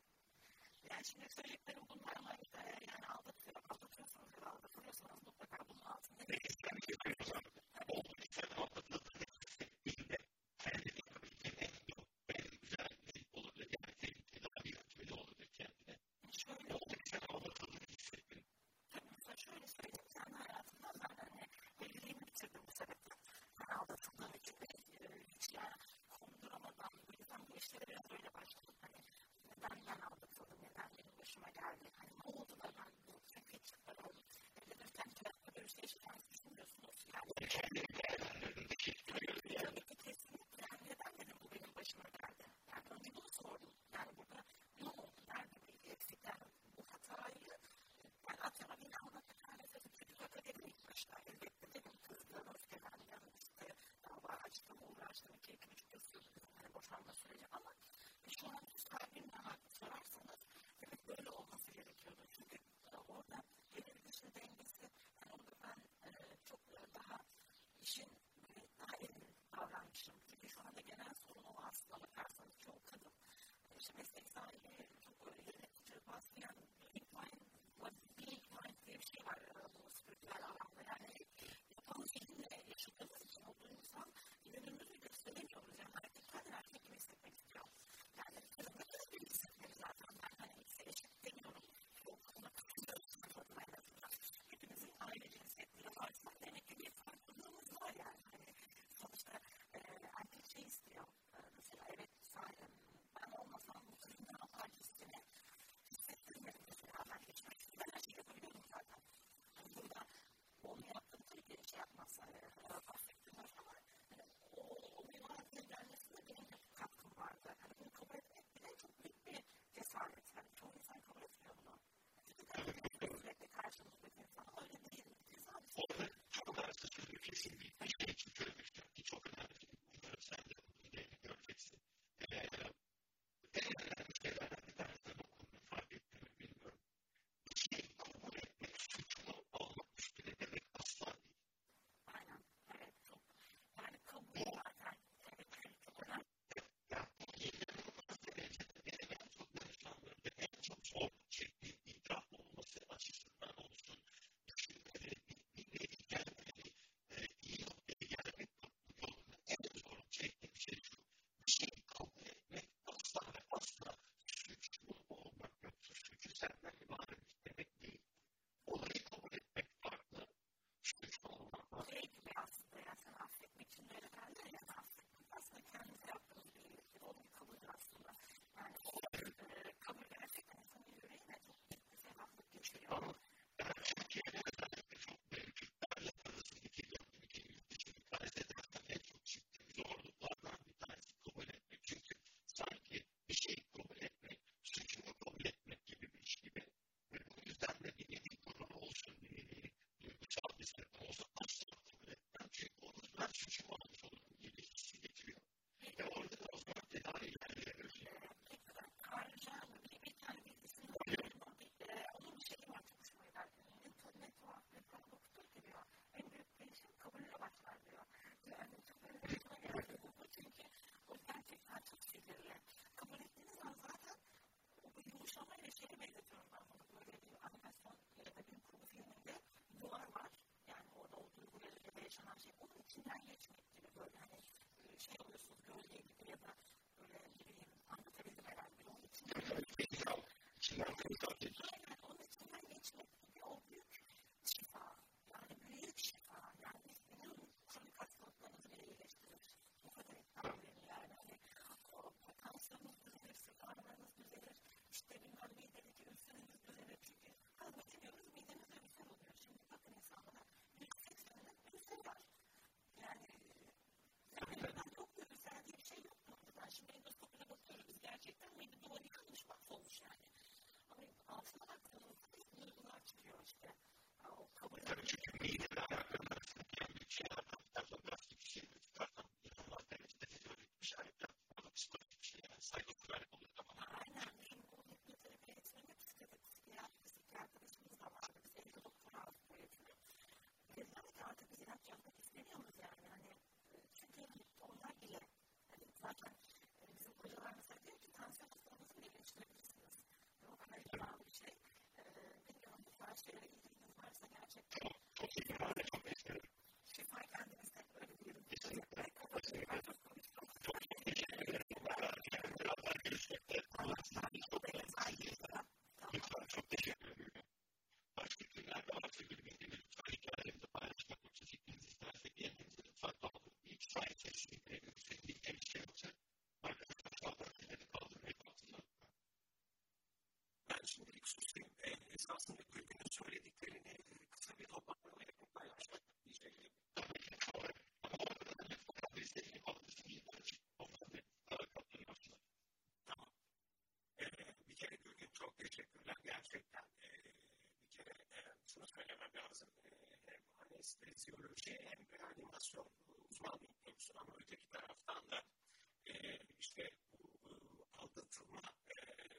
Yani şimdi söylediklerim bunlar ama yani aldatıyor, aldatıyorsanız ya da aldatılıyorsanız mutlaka bunun altında. Ne istedim ki ben o zaman oldu ki sen aldatıldığını hissettiğinde kendini tabii ki en yok, en güzel bir olur ve gerçekten daha bir yönetmeli olur ve kendine. Şöyle oldu ki sen aldatıldığını hissettin. Tabii mesela şöyle söyleyeyim, kendi hayatımda ben hani evliliğimi bitirdim bu sebeple. Ben aldatıldığım için de hiç yani konduramadan, o yüzden bu işlere biraz öyle başladım. Hani neden ben aldatıldım, neden benim başıma geldi, hani ne oldu da ben bu sakatlıklar oldum. Evlenirken hiç böyle bir şey yaşayacağınızı düşünmüyorsunuz. Yani Kendini değerlendirdiğindeki tabii ki kesinlikle yani neden dedim bu benim başıma geldi. Yani önce bunu sordum. Yani burada ne oldu, nerede bir eksikler, bu hatayı ben atıyorum yine anlatırken mesela kötü hak edelim ilk başta. Elbette dedim kızdım, öfkelendim, işte dava açtım, uğraştım, iki iki buçuk yıl sürdü bizim hani boşanma süreci ama şu an kalbimle haklı sorarsanız evet böyle olması gerekiyordu. Çünkü e, orada gelir dışı dengesi yani orada ben e, çok e, daha işin böyle daha emin davranmışım. Çünkü şu anda genel sorun o aslında bakarsanız çoğu kadın e, işte meslek sahibi çok böyle yönetici baskıyan incline, bir incline diye bir şey var e, bu spiritüel alanda yani yapan zihinle yaşadığımız için o duygusal yönümüzü gösteremiyoruz. Yani erkek kadın erkek gibi hissetmek istiyor. Yani kadınlar da bir hissetmek zaten ben hani eşit demiyorum. O konuda katılıyoruz. Hepimizin aile cinsiyetleri varsa demek ki bir farklılığımız var yani. Hani sonuçta e, erkek şey istiyor. E, mesela evet sahip, ben olmasam bu kızın ne yapar hissini hissettirmedim mesela. Ben hiç ben her şeyi yapabiliyorum zaten. Yani burada onu yaptığım tabii ki şey yapmazsa e, affettirmez ama hani, o, o bir vaziyete gelmesinde benim de katkım vardı. Hani bunu kabul etmek bile çok büyük bir cesaret. Hani çoğu insan kabul etmiyor bunu. Sürekli karşımızdaki insan öyle değil. Cesaret. Orada çok daha sıçır bir kesin bir şey için söylemek istiyorum ki çok önemli. Bunları sen de bunu göreceksin. Ee, en önemli şeylerden bir tanesi de bu konuda fark ettiğimi bilmiyorum. Bir şeyi kabul etmek suçlu olmak üstüne demek asla değil. Aynen. Evet. Çok. Yani kabul zaten. Evet. Çok önemli. Yani inanılmaz derecede benim en çok danışanlarım ve en çok sorun çektiğim itiraf olması açısından olsun. Düşünmeleri, bilmeleri, gelmeleri, e, iyi noktaya gelmek yolunda en sorun çektiğim şey şu. Bir şeyi kabul etmek asla ve asla suçlu olmak yoktur. Suçu senden ibaret demek değil. Olayı kabul etmek farklı. Suçlu olmak farklı. Şey gibi aslında yani sen affetmek için böyle derler ya affetmek aslında kendinize yaptığınız bir iyiliktir. O bir kabuldür aslında. Yani o e, kabul gerçekten insanın yüreğine çok büyük bir ferahlık geçiriyor. Ama yani Türkiye'de özellikle çok böyle Türklerle arasındaki dönemdeki yurt dışı mukayese edersen en çok çektiğim zorluklardan bir tanesi kabul etmek. Çünkü sanki bir şeyi kabul etmek, suçunu kabul etmek gibi bir iş gibi. Ve bu yüzden de bir nevi gurur olsun, bir nevi duygusal bir sebep olsa asla kabul etmem. Çünkü onu ben suçumu almış olurum gibi hissi getiriyor. Ve orada da o zaman tedavi ilerleyemiyorsun. Ayrıca bir, bir tane bilgisinin onun bir şeyi var çok hoşuma gider. Network, network okutur ki diyor. En büyük değişim kabulle başlar diyor. Yani çok böyle hoşuma geldi bu çünkü o gerçekten çok sinirli. Kabul ettiğiniz an zaten o bir yumuşamayla şeye benzetiyorum ben bunu. Böyle bir animasyon ya da bir kurgu filminde duvar var. Yani orada o duyguları ya da yaşanan şey onun içinden geçmek gibi böyle hani şey oluyorsunuz gölge gibi ya da böyle ne bileyim anlatabildim herhalde. Onun içinden İçinden kırıklar geçiyor. aynen onun içinden geçmek gibi o büyük şifa. Yani büyük şifa. Yani inanın kronik hastalıklarınızı bile iyileştirir. Bu kadar iddialıyım yani. Hani o tansiyonunuz düzelir, sırt ağrılarınız düzelir. İşte bilmem neyi dedi ki esasında Gülgün'ün söylediklerini kısa bir toparlama yapıp paylaşmak diyecektim. Tamam. Ee, bir kere Gülgün çok teşekkürler. Gerçekten ee, bir kere e, şunu söylemem lazım. E, hem anestezyoloji hem reanimasyon uzman doktorsun ama öteki taraftan da e, işte bu e, aldatılma e,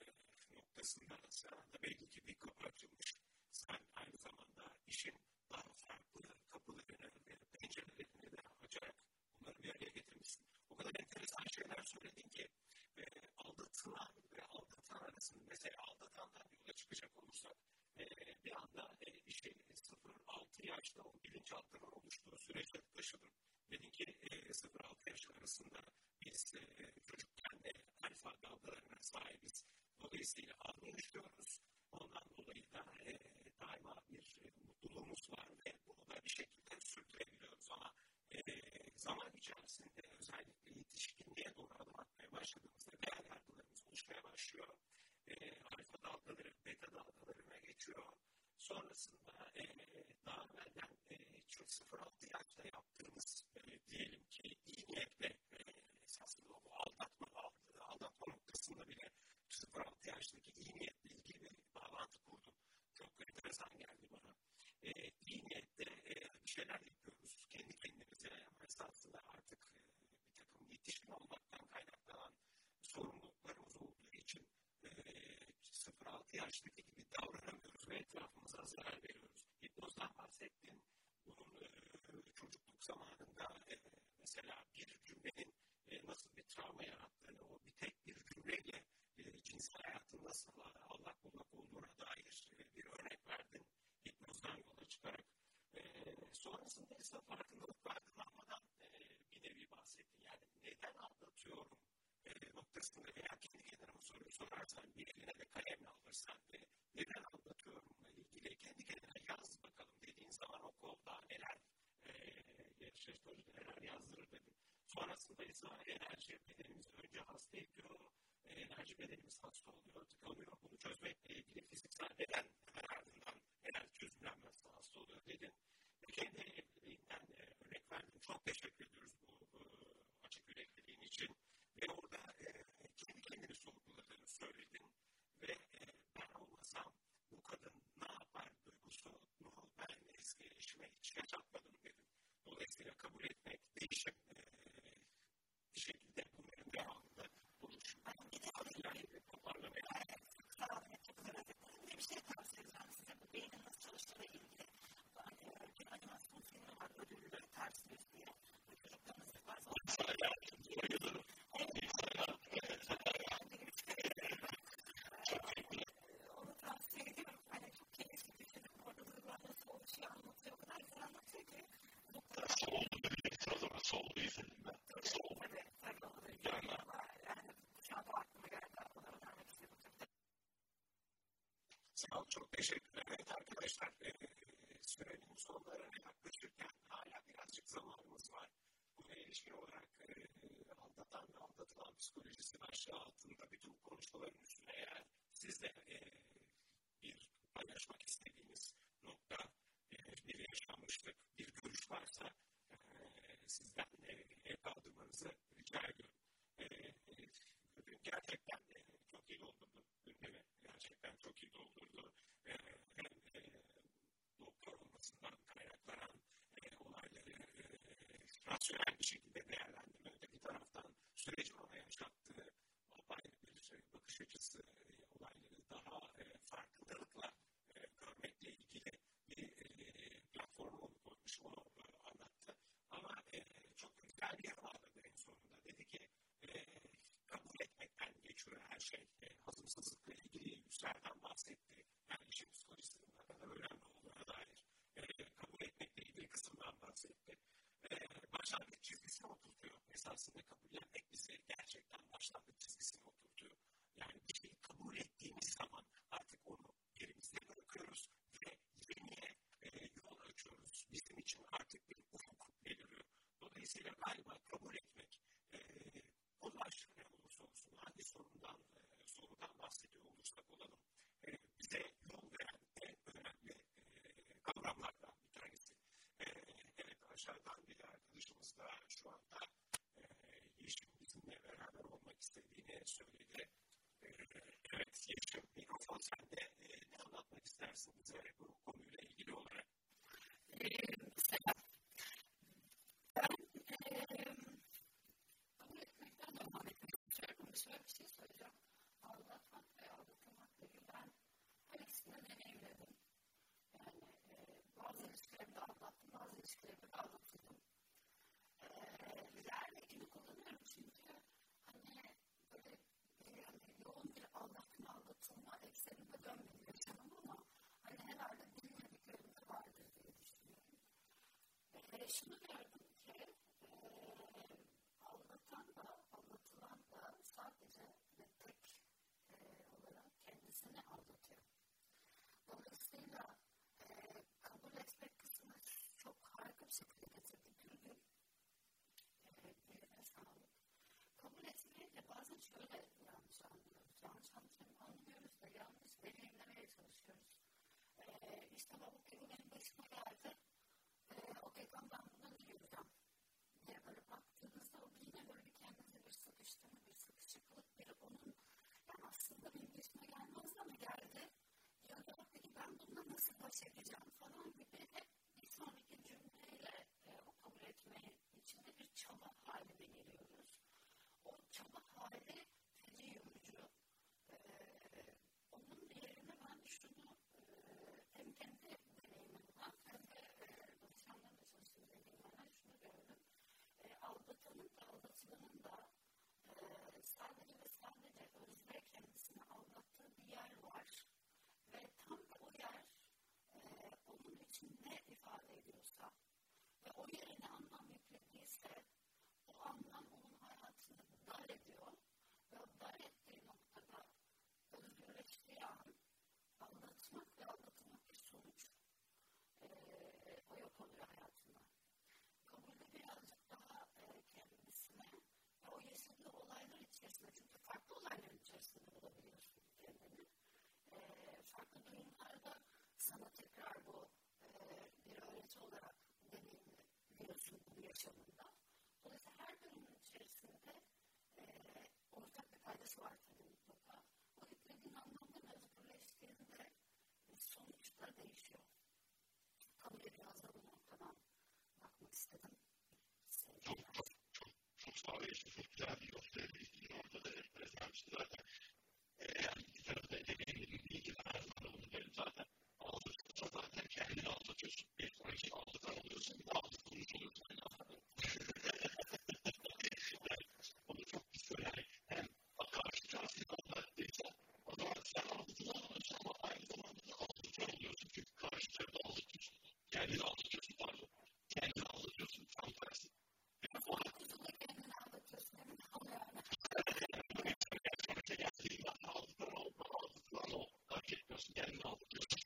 noktasında sana da belli ki bir kapı açılmış. Sen aynı zamanda işin daha farklı kapılarını ve pencerelerini de açarak bunları bir araya getirmişsin. O kadar enteresan şeyler söyledin ki e, aldatılan ve aldatan arasında mesela aldatandan yola çıkacak olursak e, bir anda e, işin sıfır altı yaşta o bilinçaltının oluştuğu süreçte taşıdım. Dedin ki e, sıfır altı yaş arasında biz e, çocukken e, alfa dalgalarına sahibiz. Dolayısıyla anlayışıyoruz. Ondan dolayı da e, daima bir e, mutluluğumuz var ve bunu da bir şekilde sürdürebiliyoruz ama e, zaman içerisinde özellikle yetişkinliğe doğru adım atmaya başladığımızda değer yargılarımız oluşmaya başlıyor. E, alfa dalgaları, beta dalgalarına geçiyor. Sonrasında e, daha evvelden e, sıfır altı yaşta yaptığımız e, diyelim ki iyi niyetle e, esasında bu aldatma, aldatma noktasında bile sıfır altı yaştaki iyi niyetle ilgili bir bağlantı kurdum. Çok enteresan geldi bana. E, iyi niyetle e, bir şeyler yapıyoruz kendi kendimize ama esasında artık e, bir takım yetişkin olmaktan kaynaklanan sorumluluklarımız olduğu için e, sıfır altı yaştaki gibi davranamıyoruz ve etrafımıza zarar veriyoruz. Hipnozdan bahsettin. Bunun e, çocukluk zamanında e, mesela bir cümlenin e, nasıl bir travma yarattığını, o bir tek bir cümleyle e, cinsel hayatın nasıl allak bullak olduğuna dair e, bir örnek verdin. Hipnozdan yola çıkarak. E, sonrasında ise farkındalık ve aydınlanmadan e, bir nevi bahsettin. Yani neden aldatıyorum e, noktasında veya kendi kendine bu soruyu sorarsan, bir eline de kalemle alırsan ve neden aldatıyorumla ilgili kendi kendine yaz bakalım dediğin zaman o kolda neler e, şaşırır, neler yazdırır dedim. Sonrasında ise enerji bedenimiz önce hasta ediyor, enerji bedenimiz hasta oluyor, tıkanıyor. Bunu çözmekle ilgili fiziksel beden ardından eğer çözümlenmezse hasta oluyor dedin. Ve kendi evliliğinden e, örnek verdim. Çok teşekkür ediyoruz bu e, açık yürekliliğin için. Ve orada e, kendi kendini sorguladığını söyledin. Ve e, ben olmasam bu kadın ne yapar duygusunu ben eski eşime hiç yaşatmadım dedim. Dolayısıyla kabul etmek, değişim e, bir şekilde bunların devamında olur. Ben gidip bir toparlamaya bir şey tavsiye edeceğim size. Bu beynin nasıl çalıştığıyla ilgili. Bir animasyon filmi var. Ödüllü ters yüz diye. Çocuklarınız varsa onu bayılıyorum. Onu tavsiye ediyorum. Hani çok keyifli bir film. Orada duygular nasıl oluşuyor anlatıyor. O kadar güzel anlatıyor ki. Soğuldu birlikte o zaman. Soğuldu izledim ben. Soğuldu. Evet. Tabii onu da izledim. Yani şu anda aklıma geldi. O da önermek istedim. Sağ ol. Çok teşekkürler. Evet arkadaşlar. E, sürenin sonlarına yaklaşırken hala birazcık zamanımız var. Buna ilişkin olarak e, aldatan ve aldatılan psikolojisi başlığı altında bütün bu konuşmaların üstüne eğer siz de e, bir paylaşmak istediğiniz nokta, e, bir yaşanmışlık, bir görüş varsa e, sizden e, el kaldırmanızı rica ediyorum. E, e, gerçekten e, çok iyi doldurdu gündemi. Gerçekten çok iyi doldurdu. E, hem e, doktor olmasından kaynaklanan e, olayları e, rasyonel bir şekilde değerlendirme. Öteki taraftan sürecin ona yaşattığı apayrı bir bakış açısı, e, olayları daha e, farkındalıkla e, görmekle ilgili bir e, platformu onu koymuş, onu e, anlattı. Ama e, çok güzel bir yer bağladı en sonunda. Dedi ki e, kabul etmekten geçiyor her şey. E, hazımsızlıkla ilgili yüzlerden bahsetti. Yani işin psikolojisinin ne kadar önemli olduğuna dair e, kabul etmekle ilgili kısımdan bahsetti. E, başlangıç çizgisine oturtuyor. Esasında kabullenmek bizi gerçekten başlangıç çizgisine oturtuyor. Yani bir şeyi kabul ettiğimiz zaman artık onu yerimizde bırakıyoruz ve yeniye e, yol açıyoruz. Bizim için artık bir ufuk beliriyor. Dolayısıyla galiba kabul etmek e, o başlık ne olursa olsun hangi sorundan, e, sorundan bahsediyor olursak olalım e, bize yol veren, E, şunu gördüm ki e, anlatan da anlatılan da sadece ve tek e, olarak kendisini anlatıyor. Dolayısıyla e, kabul etmek kısmını çok harika bir şekilde getirdi Gülgün. E, birine sağlık. Kabul etmeyince bazen şöyle yanlış anlıyoruz. Yanlış anlıyoruz da yanlış deneyimlemeye çalışıyoruz. E, işte bu ki benim başıma geldi. E, okey tamam ben bundan iyi yürüyorum. Diye böyle baktığınızda o yine böyle bir kendinize bir sıkıştırma, bir sıkışıklık, bir onun yani aslında benim başıma gelmez ama geldi. Ya da peki ben bununla nasıl baş edeceğim falan gibi hep bir sonraki cümleyle e, o kabul etmeyi içinde bir çaba haline geliyoruz. O çaba hali feci yorucu. E, onun yerine ben şunu e, hem kendi deneyimimden hem de e, danışanlarla çalıştığım deneyimlerden şunu gördüm. E, aldatanın da aldatılanın da e, sadece ve sadece özne kendisini aldattığı bir yer var. Ve tam da o yer e, onun için ne ifade ediyorsa ve o yere ne anlam yüklediyse o anlam onun hayatını dar ediyor ve o dar ettiği noktada özgürleştiği an aldatmak ve aldatılmak bir sonuç e, o yok oluyor hayatında. Kabulde birazcık daha e, kendisine ve o yaşadığı olaylar içerisinde çünkü farklı olayların içerisinde bulabiliyorsun kendini. E, farklı durumlarda sana tekrar bu e, bir öğreti olarak deneyimliyorsun bu yaşamında. Dolayısıyla her durumun içerisinde e, ortak bir faydası var tabii mutlaka. O yüklediğin anlamda özgürleştiğinde sonuç da değişiyor. Kabul'e biraz da bu noktadan bakmak istedim. Çok çok çok çok sağ olun. Çok güzel bir noktaya orada da enteresanmıştı zaten. Yani bir tarafta deneyimli bilgi de her zaman bunu verin zaten. Aldatırsa zaten kendini aldatıyorsun. Bir sonraki aldatan oluyorsun. Bir de aldatılmış oluyorsun. Yani onu çok bir söyler. Hem karşı tarafını aldattıysa o zaman sen aldatılan oluyorsun ama aynı zamanda da aldatan oluyorsun. Çünkü karşı tarafı aldatıyorsun. Kendini aldatıyorsun pardon. Kendini aldatıyorsun. Tam tersi. Yani o Kuzunda kendini anlatıyorsun. Emin ol yani. Sonuçta geldiğinde aldatılan ol, aldatılan ol. Fark etmiyorsun. Kendini aldatıyorsun.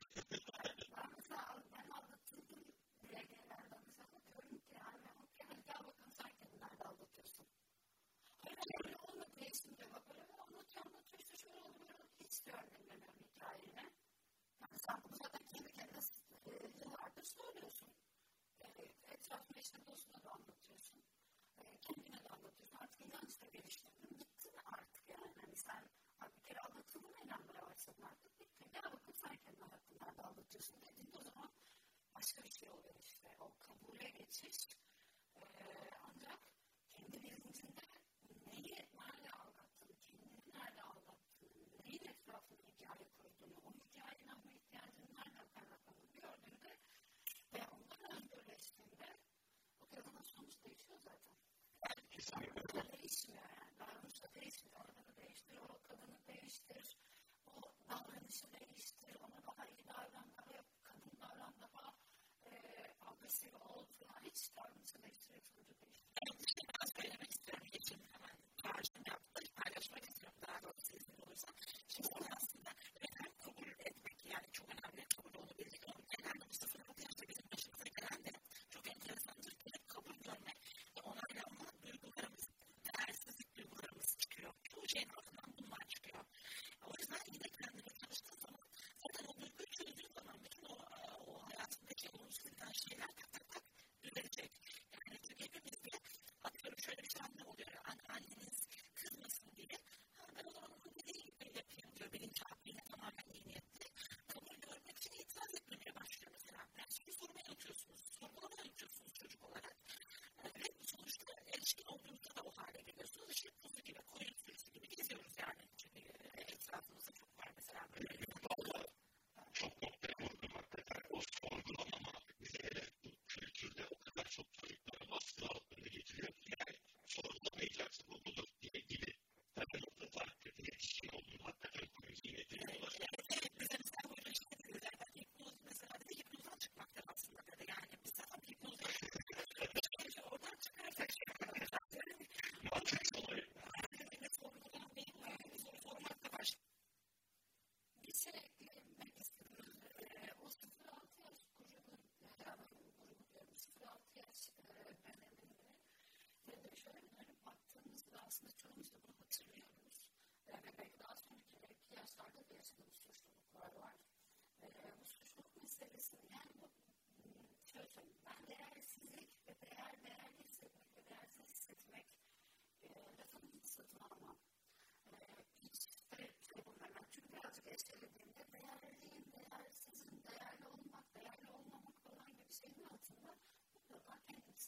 Ben mesela ben aldatıldım diye genelde mesela diyorum ki yani okey hadi gel bakalım sen kendini nerede aldatıyorsun. Hayır öyle olmadığı için de bak böyle anlatıyor anlatıyor işte şöyle oldu böyle oldu. Hiç diyorum dinlemiyorum hikayeni. Yani sen bunu zaten kendi kendine e, yıllardır söylüyorsun. E, etrafına işte dostuna da anlatıyorsun. E, kendine de anlatıyorsun. Artık inanç da geliştirdin. Bitti mi artık yani? Hani sen bir kere aldatıldığına inanmaya başladın artık. Bitti. Gel bakın sen kendini hakkında nerede aldatıyorsun dediğinde o zaman başka bir şey oluyor işte. O kabule geçiş e, ancak kendi bilincinde neyi nerede aldattığını, kendini nerede aldattığını, neyin etrafında hikaye kurduğunu, o hikaye inanma ihtiyacının nereden kaynaklandığını gördüğünde ve ondan özgürleştiğinde o kadının sonuç değişiyor zaten. Davranışta değişmiyor yani. Davranışta değişmiyor. Orada değiştir, o kadını değiştir, o davranışı değiştir, ona daha iyi davran, daha kadın davran, daha e, agresif ol falan. Hiç davranışı değiştirerek sonucu değiştir. Ben bir şey daha söylemek istiyorum. Geçin hemen paylaşım yaptım. Paylaşmak istiyorum daha doğrusu izin olursa. Şimdi aslında neden kabul etmek yani çok önemli. Kabul olabilecek. Onun genelde bu sıfır altı yaşta bizim başımıza gelen de çok enteresandır ki kabul görmek ve onaylanma duygularımız, değersizlik duygularımız çıkıyor. Çoğu şeyin altından bunlar çıkıyor. O yüzden yine kendine çalıştığı zaman zaten o duyguyu çözdüğü zaman bütün o, o hayatındaki olumsuz giden şeyler tak tak tak düzelecek. Yani çünkü hepimizde atıyorum şöyle bir şey anlam oluyor. Yani anneniz kızmasın diye ben o zaman onu dediği gibi yapayım diyor. Bilinçaltıyla tamamen iyi niyetli. Kabul görmek için itiraz etmemeye başlıyor mesela. Yani çünkü sormayı unutuyorsunuz. Sorgulamayı unutuyorsunuz çocuk olarak. Ve sonuçta erişkin olduğunuzda da o hale geliyorsunuz. İşte kuzu gibi, koyun sürüsü gibi geziyoruz yani. Çünkü etrafımızda çok var mesela böyle. Valla çok noktaya vurdum hakikaten. O sorgulamama bize hele bu kültürde o kadar çok çocuklara baskı altında getiriyor ki yani sorgulamayacaksın bu budur diye gibi. Tabii noktada hakikaten yetişkin olduğunu hakikaten koyun ziynetine ulaşıyor. Evet, bize mesela böyle şey dediler. Ben hipnoz mesela dedi hipnozdan çıkmak da aslında dedi. Yani biz zaten hipnoz yapıyoruz.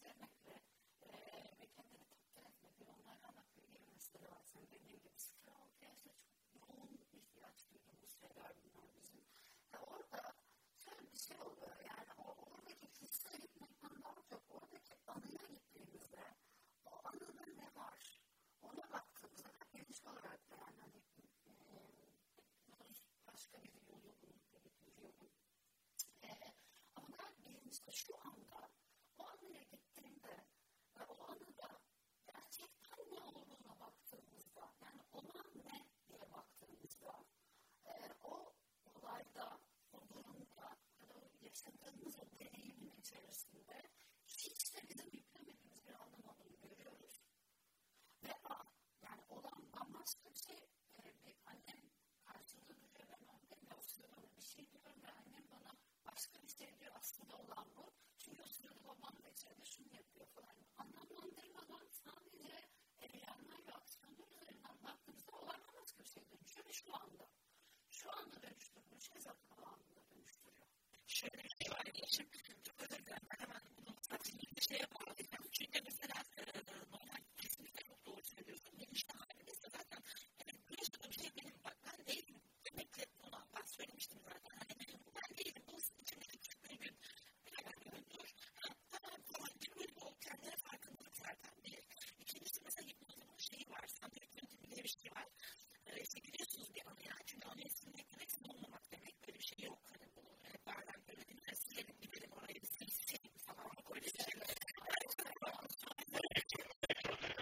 sevmekle e, ve kendini takdir etmekle onlarla alakalı bir mesele var. Sen dediğin gibi sıfır altı yaşta çok yoğun ihtiyaç duyduğumuz şeyler bunlar bizim. Ve orada şöyle bir şey oluyor. Yani o oradaki hisse gitmekten daha çok oradaki anıya gittiğimizde o anıda ne var? Ona baktığımızda da geniş olarak da yani hani e, başka bir yolu biliyorum. E, ama ben birincisi şu anda o anıya gittiğimde ve o anıda gerçekten ne olduğuna baktığımızda yani ona ne diye baktığımızda e, o olayda, o durumda ya da o yaşadığımız o deneyimin içerisinde hiç de bizim yüklemediğimiz bir anlam olduğunu görüyoruz. Ve a, yani olan bambaşka bir şey. E, bir annem karşımda duruyor. Ben annemle o sırada bir şey diyorum ve annem bana başka bir şey diyor. Aslında olan bu. Çünkü o sırada babam da içeride şunu yapıyor falan. Anlamlandırmadan sadece eylemler ve aksiyonlar üzerinden baktığımızda olan bambaşka bir şey dönüşüyor ve şu anda. Şu anda dönüştürmüş şey zaten o anda dönüştürüyor. Şöyle bir şey var Yeşim. Çok özür dilerim. Ben hemen bunu sadece bir şeye bağlayacağım. Çünkü mesela normal kesinlikle çok doğru söylüyorsun. Bilinçli halimizde zaten bu yaşadığım şey benim. Bak ben değilim. Demekle buna ben söylemiştim zaten. Hani ben değilim. Bu içimdeki küçük bir gün. Hemen görünüyor. Tamam falan gibi böyle o kendine farkındalık zaten bir. İkincisi mesela hipnozun şeyi var. Santric yöntemi diye bir şey var. İşte gidiyorsunuz bir anıya. Çünkü anıya silmek demek olmamak demek. Böyle bir şey yok. Hani bunu hep bazen böyle değil mi? Silelim gidelim oraya bir silselim falan. Böyle bir şeyler.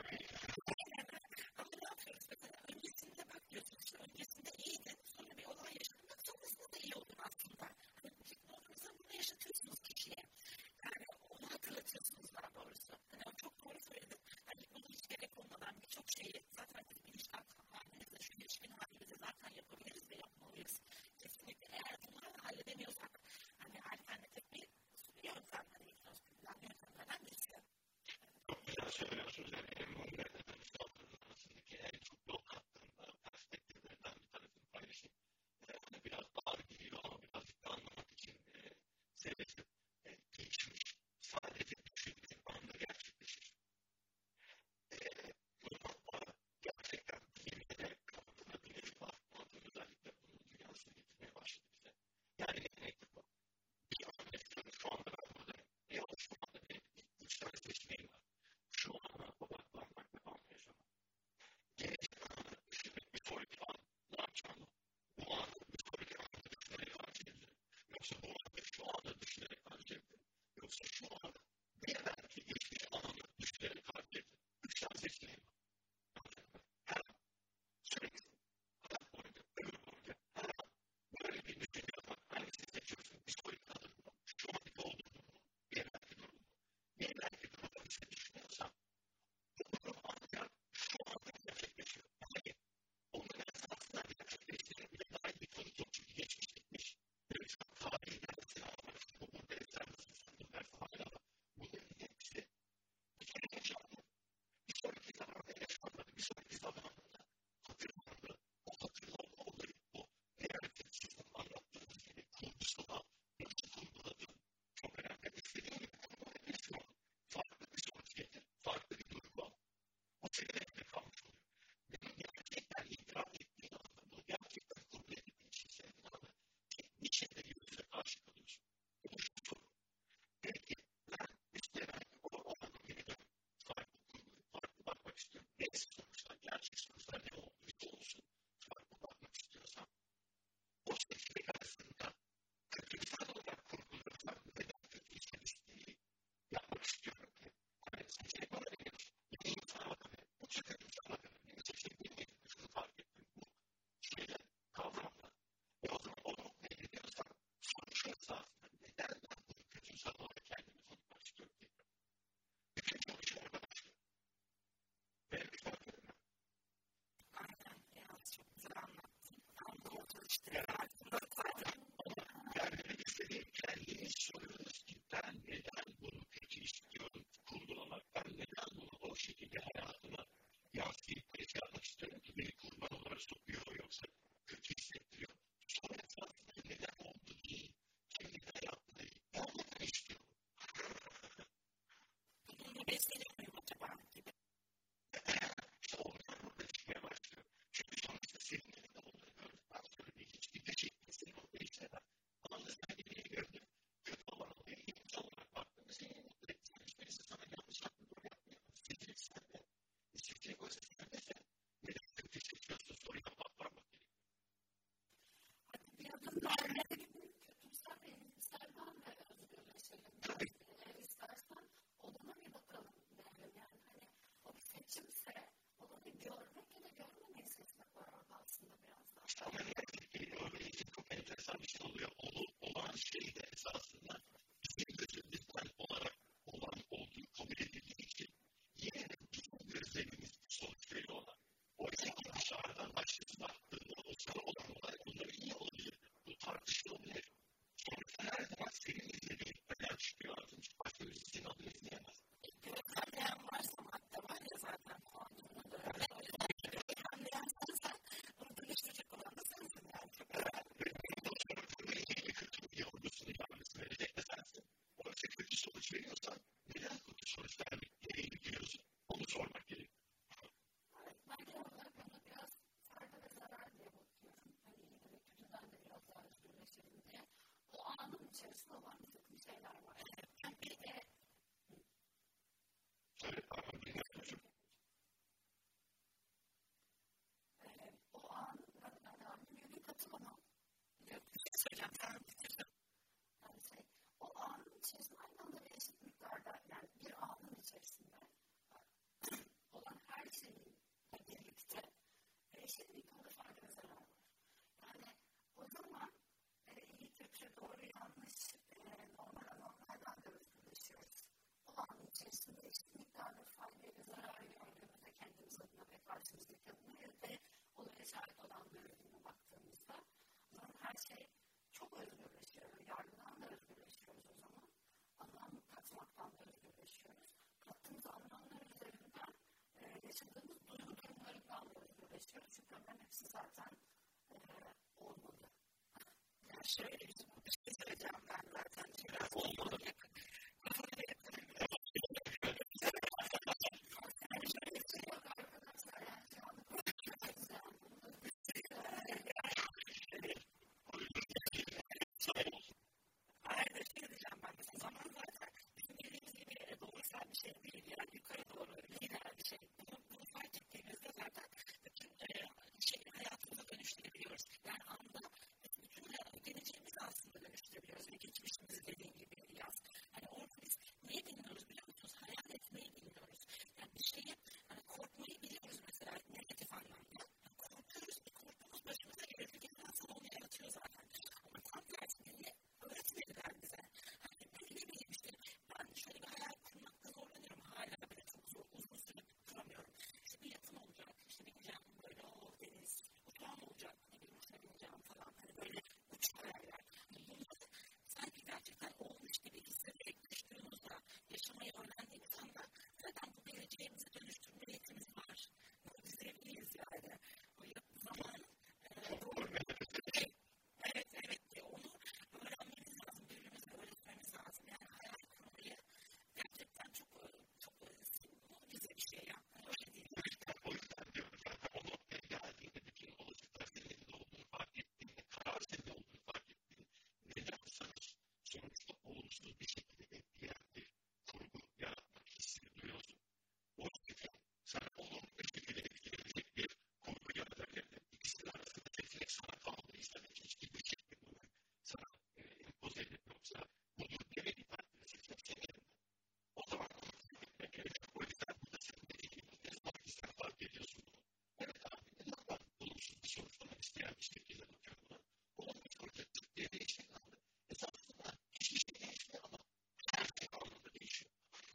seçimse onu bir görmek ya da görmemeyi seçmek var orada aslında biraz da. İşte ama ne yazık ki görmeyi çok enteresan bir şey oluyor. Olu, olan şey de esasında bizim gözümüzden olarak olan olduğu kabul edildiği için yine de bizim gözlemimiz sonuç veriyor ona. Oysa ki dışarıdan başkası baktığında o sana olan olay onları iyi olabilir. Bu tartışılabilir. Sonuçta her zaman senin izlediğin önem çıkıyor artık. Başka birisi senin adını izleyemez. Gözlemleyen varsa madde var ya zaten kuantumda da öyle. O yüzden gözlemleyen sensen bunu dönüştürecek olan da sensin yani. Ve benim doktoratörde iyi bir kötü yorgusunu yargısını verecek de sensin. Oysa kötü sonuç veriyorsan neden kötü sonuç vermek nereye gidiyorsun? Onu sormak gerekiyor. Evet, ben genel olarak bana biraz fayda ve zarar diye bakıyorum. Hani iyi ve kötüden de biraz daha özgürleşelim diye. O anın içerisinde olan bir takım şeyler var. Yani bir de Söyle ama bilmiyorum. e, o an ben ben anın yönü katılamam. Yok bir şey söyleyeceğim. Sen bitirdim. Yani şey, o anın içerisinde aynı anda bir eşit miktarda yani bir anın içerisinde olan her şeyin birlikte eşit miktarda fayda ve zarar var. Yani o zaman e, iyi kötü, doğru yanlış, e, normal anormalden de özgürleşiyoruz. O anın içerisinde eşit miktarda fayda ve zararı gördüğümüzde kendimiz adına ve karşımızdaki adına ve olaya şahit olanlar adına baktığımızda o zaman her şey çok özgürleşiyor. Yargıdan da özgürleşiyoruz o zaman. Anlam katmaktan da özgürleşiyoruz. Kattığımız anlamlar üzerinden e, yaşadığımız duygu durumlarından da özgürleşiyoruz. Çünkü onların hepsi zaten e, olmadı. Yani şöyle bir şey söyleyeceğim ben zaten. Biraz olmadı. Kafamı da yapıyorum. Yani şöyle bir şey yok arkadaşlar. Yani şu anda konuşuyoruz yani. Hayır da şey diyeceğim ben. Mesela zaman zaten bizim dediğimiz gibi doğrusal bir şey değil. Yani yukarı doğru lineer bir şey. Bunu, bunu fark ettiğimizde zaten bütün e, şey, hayatımıza dönüştürebiliyoruz. Yani anda bütün geleceğimizi aslında dönüştürebiliyoruz ve geçmişimizi dediğim gibi yaz. Hani orada biz neyi bilmiyoruz biliyor musunuz? Hayal etmeyi bilmiyoruz. Yani bir şeyi hani korkmayı biliyoruz mesela negatif anlamda. Yani korkuyoruz. Bir korkumuz başımıza gelir. Bir insan onu yaratıyor zaten. Ama tam tersini öğretmediler bize. Hani ben ne bileyim işte ben şöyle bir hayal kurmakta zorlanıyorum. Hala bile çok zor, uzun süre kuramıyorum. İşte bir yatım olacak, işte bineceğim böyle o deniz, uçağım olacak, ne bileyim işte bineceğim falan. Hani böyle uç hayaller. Hani bunları sanki gerçekten olmuş gibi hissederek düştüğümüzde yaşamayı öğrendiğimiz anda zaten bu geleceğimizi dönüştürme niyetimiz var. Mucizeliyiz yani. O zaman e, doğru. Evet, evet. E, onu öğrenmemiz lazım, birbirimize öğretmemiz lazım. Yani hayal kurmayı gerçekten çok çok mucize bir şey ya. Öyle değil. O yüzden diyorum zaten o noktaya geldiğinde bütün olasılıklar senin elinde olduğunu fark ettiğinde, karar senin olduğunu fark ettiğinde ne yapsanız sonuçta olumsuz bir şekilde etkileyen bir kurgu yaratmak hissini duyuyorsun. O yüzden sana olumlu bir şekilde etkileyecek bir kurgu yaratabilirsin. İkisinin arasında seçenek sana kaldıysa ve hiçbir şekilde bunu sana e, empoze edip yoksa budur demediği takdirde seçmek senin elinde. O zaman onu seçmek gerekiyor. O yüzden burada senin dediğin gibi ne zaman ki sen fark ediyorsun bunu. Evet abi neden ben olumsuz bir sonuçlamak isteyen bir şekilde bakıyorum buna. Olumlu bir sonuçta tık diye değiştiğin anda esasında hiçbir şey değişmiyor ama her şey anlamda değişiyor.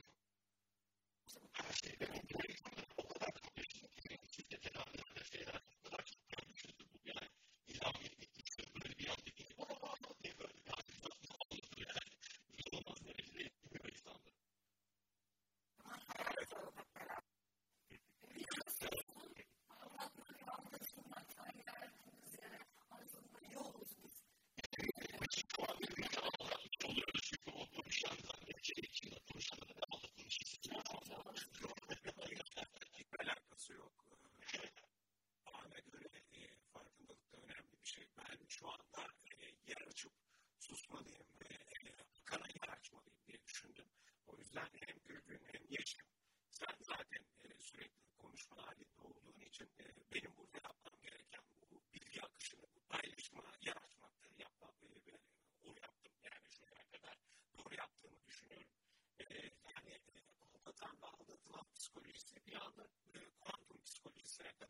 Her şey benim bu insanlar o kadar çok yaşadım ki benim için de tedavilerde şeyler o kadar çok görmüşüzdür bu yani. İlahiyet gitmiştir böyle bir an dediğim gibi ama bağlı diye böyle bir aktivasyon anlatır yani. İnanılmaz derecede etkiliyor insanları. Ama hayal kuralım hep beraber. Biliyorsunuz Allah'ın yardımcısından sen geldiğiniz yere aslında yoluz biz. Şu an birbirine anlatmış oluyoruz çünkü o konuşan zannedeceği için o konuşanlara da anlatılmış istiyor. Hiçbir alakası yok. Ana göre e, farkındalık da önemli bir şey. Ben şu anda e, yer açıp susmalıyım ve e, akana yer açmalıyım diye düşündüm. O yüzden hem Gülgün hem Yeşim sen zaten e, sürekli konuşma halinde olduğun için e, benim burada yapmam gereken bu bilgi akışını, bu paylaşıma yer açmaktır. Yapmam, e, e, onu yaptım yani şu ana kadar doğru yaptığımı düşünüyorum. E, yani e, aldatan ve aldatılan psikolojisi bir anda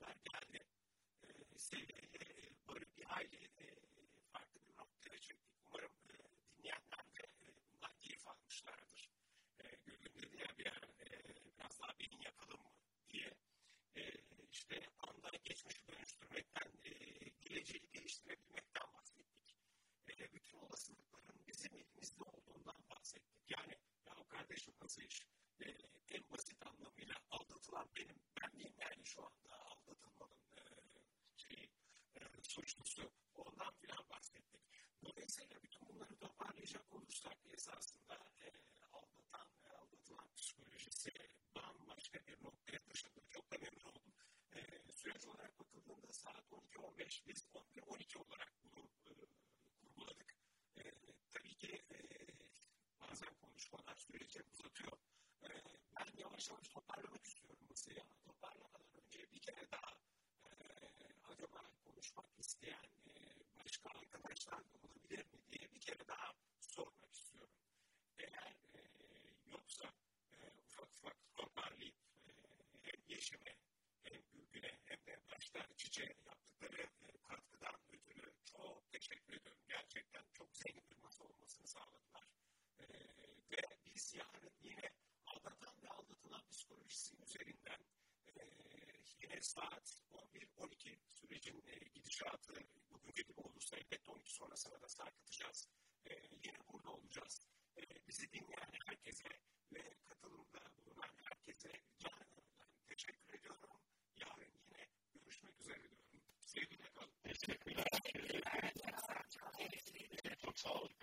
haber geldi. E, Seviyeyle böyle bir hayli e, farklı bir noktaya çektik. Umarım e, dinleyenler de e, bundan keyif almışlardır. E, Gülgün dedi ya bir ara e, biraz daha beyin yakalım mı diye. E, işte anda geçmişi dönüştürmekten, e, geleceği değiştirebilmekten bahsettik. E, bütün olasılıkların bizim elimizde olduğundan bahsettik. Yani ya kardeşim nasıl iş? E, en basit anlamıyla aldatılan benim, ben miyim yani şu anda aldatılmanın e, şeyi, e, suçlusu, ondan filan bahsettik. Dolayısıyla bütün bunları toparlayacak olursak esasında e, aldatan ve aldatılan psikolojisi bambaşka bir noktaya taşındı. Çok da memnun oldum. E, süreç olarak bakıldığında saat on iki on beş, biz on bir on iki olarak bunu e, kurguladık. E, tabii ki e, bazen konuşmalar süreci uzatıyor. E, ben yavaş yavaş toparlamak istiyorum masayı ama toparlamadan önce bir kere daha e, acaba konuşmak isteyen e, başka arkadaşlar da olabilir mi diye bir kere daha sormak istiyorum. Eğer e, yoksa e, ufak ufak toparlayıp e, hem Yeşim'e hem Gülgün'e hem de başta Çiçek'e yaptıkları e, katkıdan ötürü çok teşekkür ediyorum. Gerçekten çok zengin bir masa olmasını sağladılar. E, ve biz yarın yine aldatan ve aldatılan psikolojisi üzerinden e, yine saat on bir on iki sürecin e, gidişatı bugünkü gibi olursa elbette on iki sonrasına da sarkıtacağız. E, yine burada olacağız. E, bizi dinleyen herkese ve katılımda bulunan herkese canı gönülden teşekkür ediyorum. Yarın yine görüşmek üzere diyorum. Sevgiyle kalın. Teşekkürler. Çok sağ olun.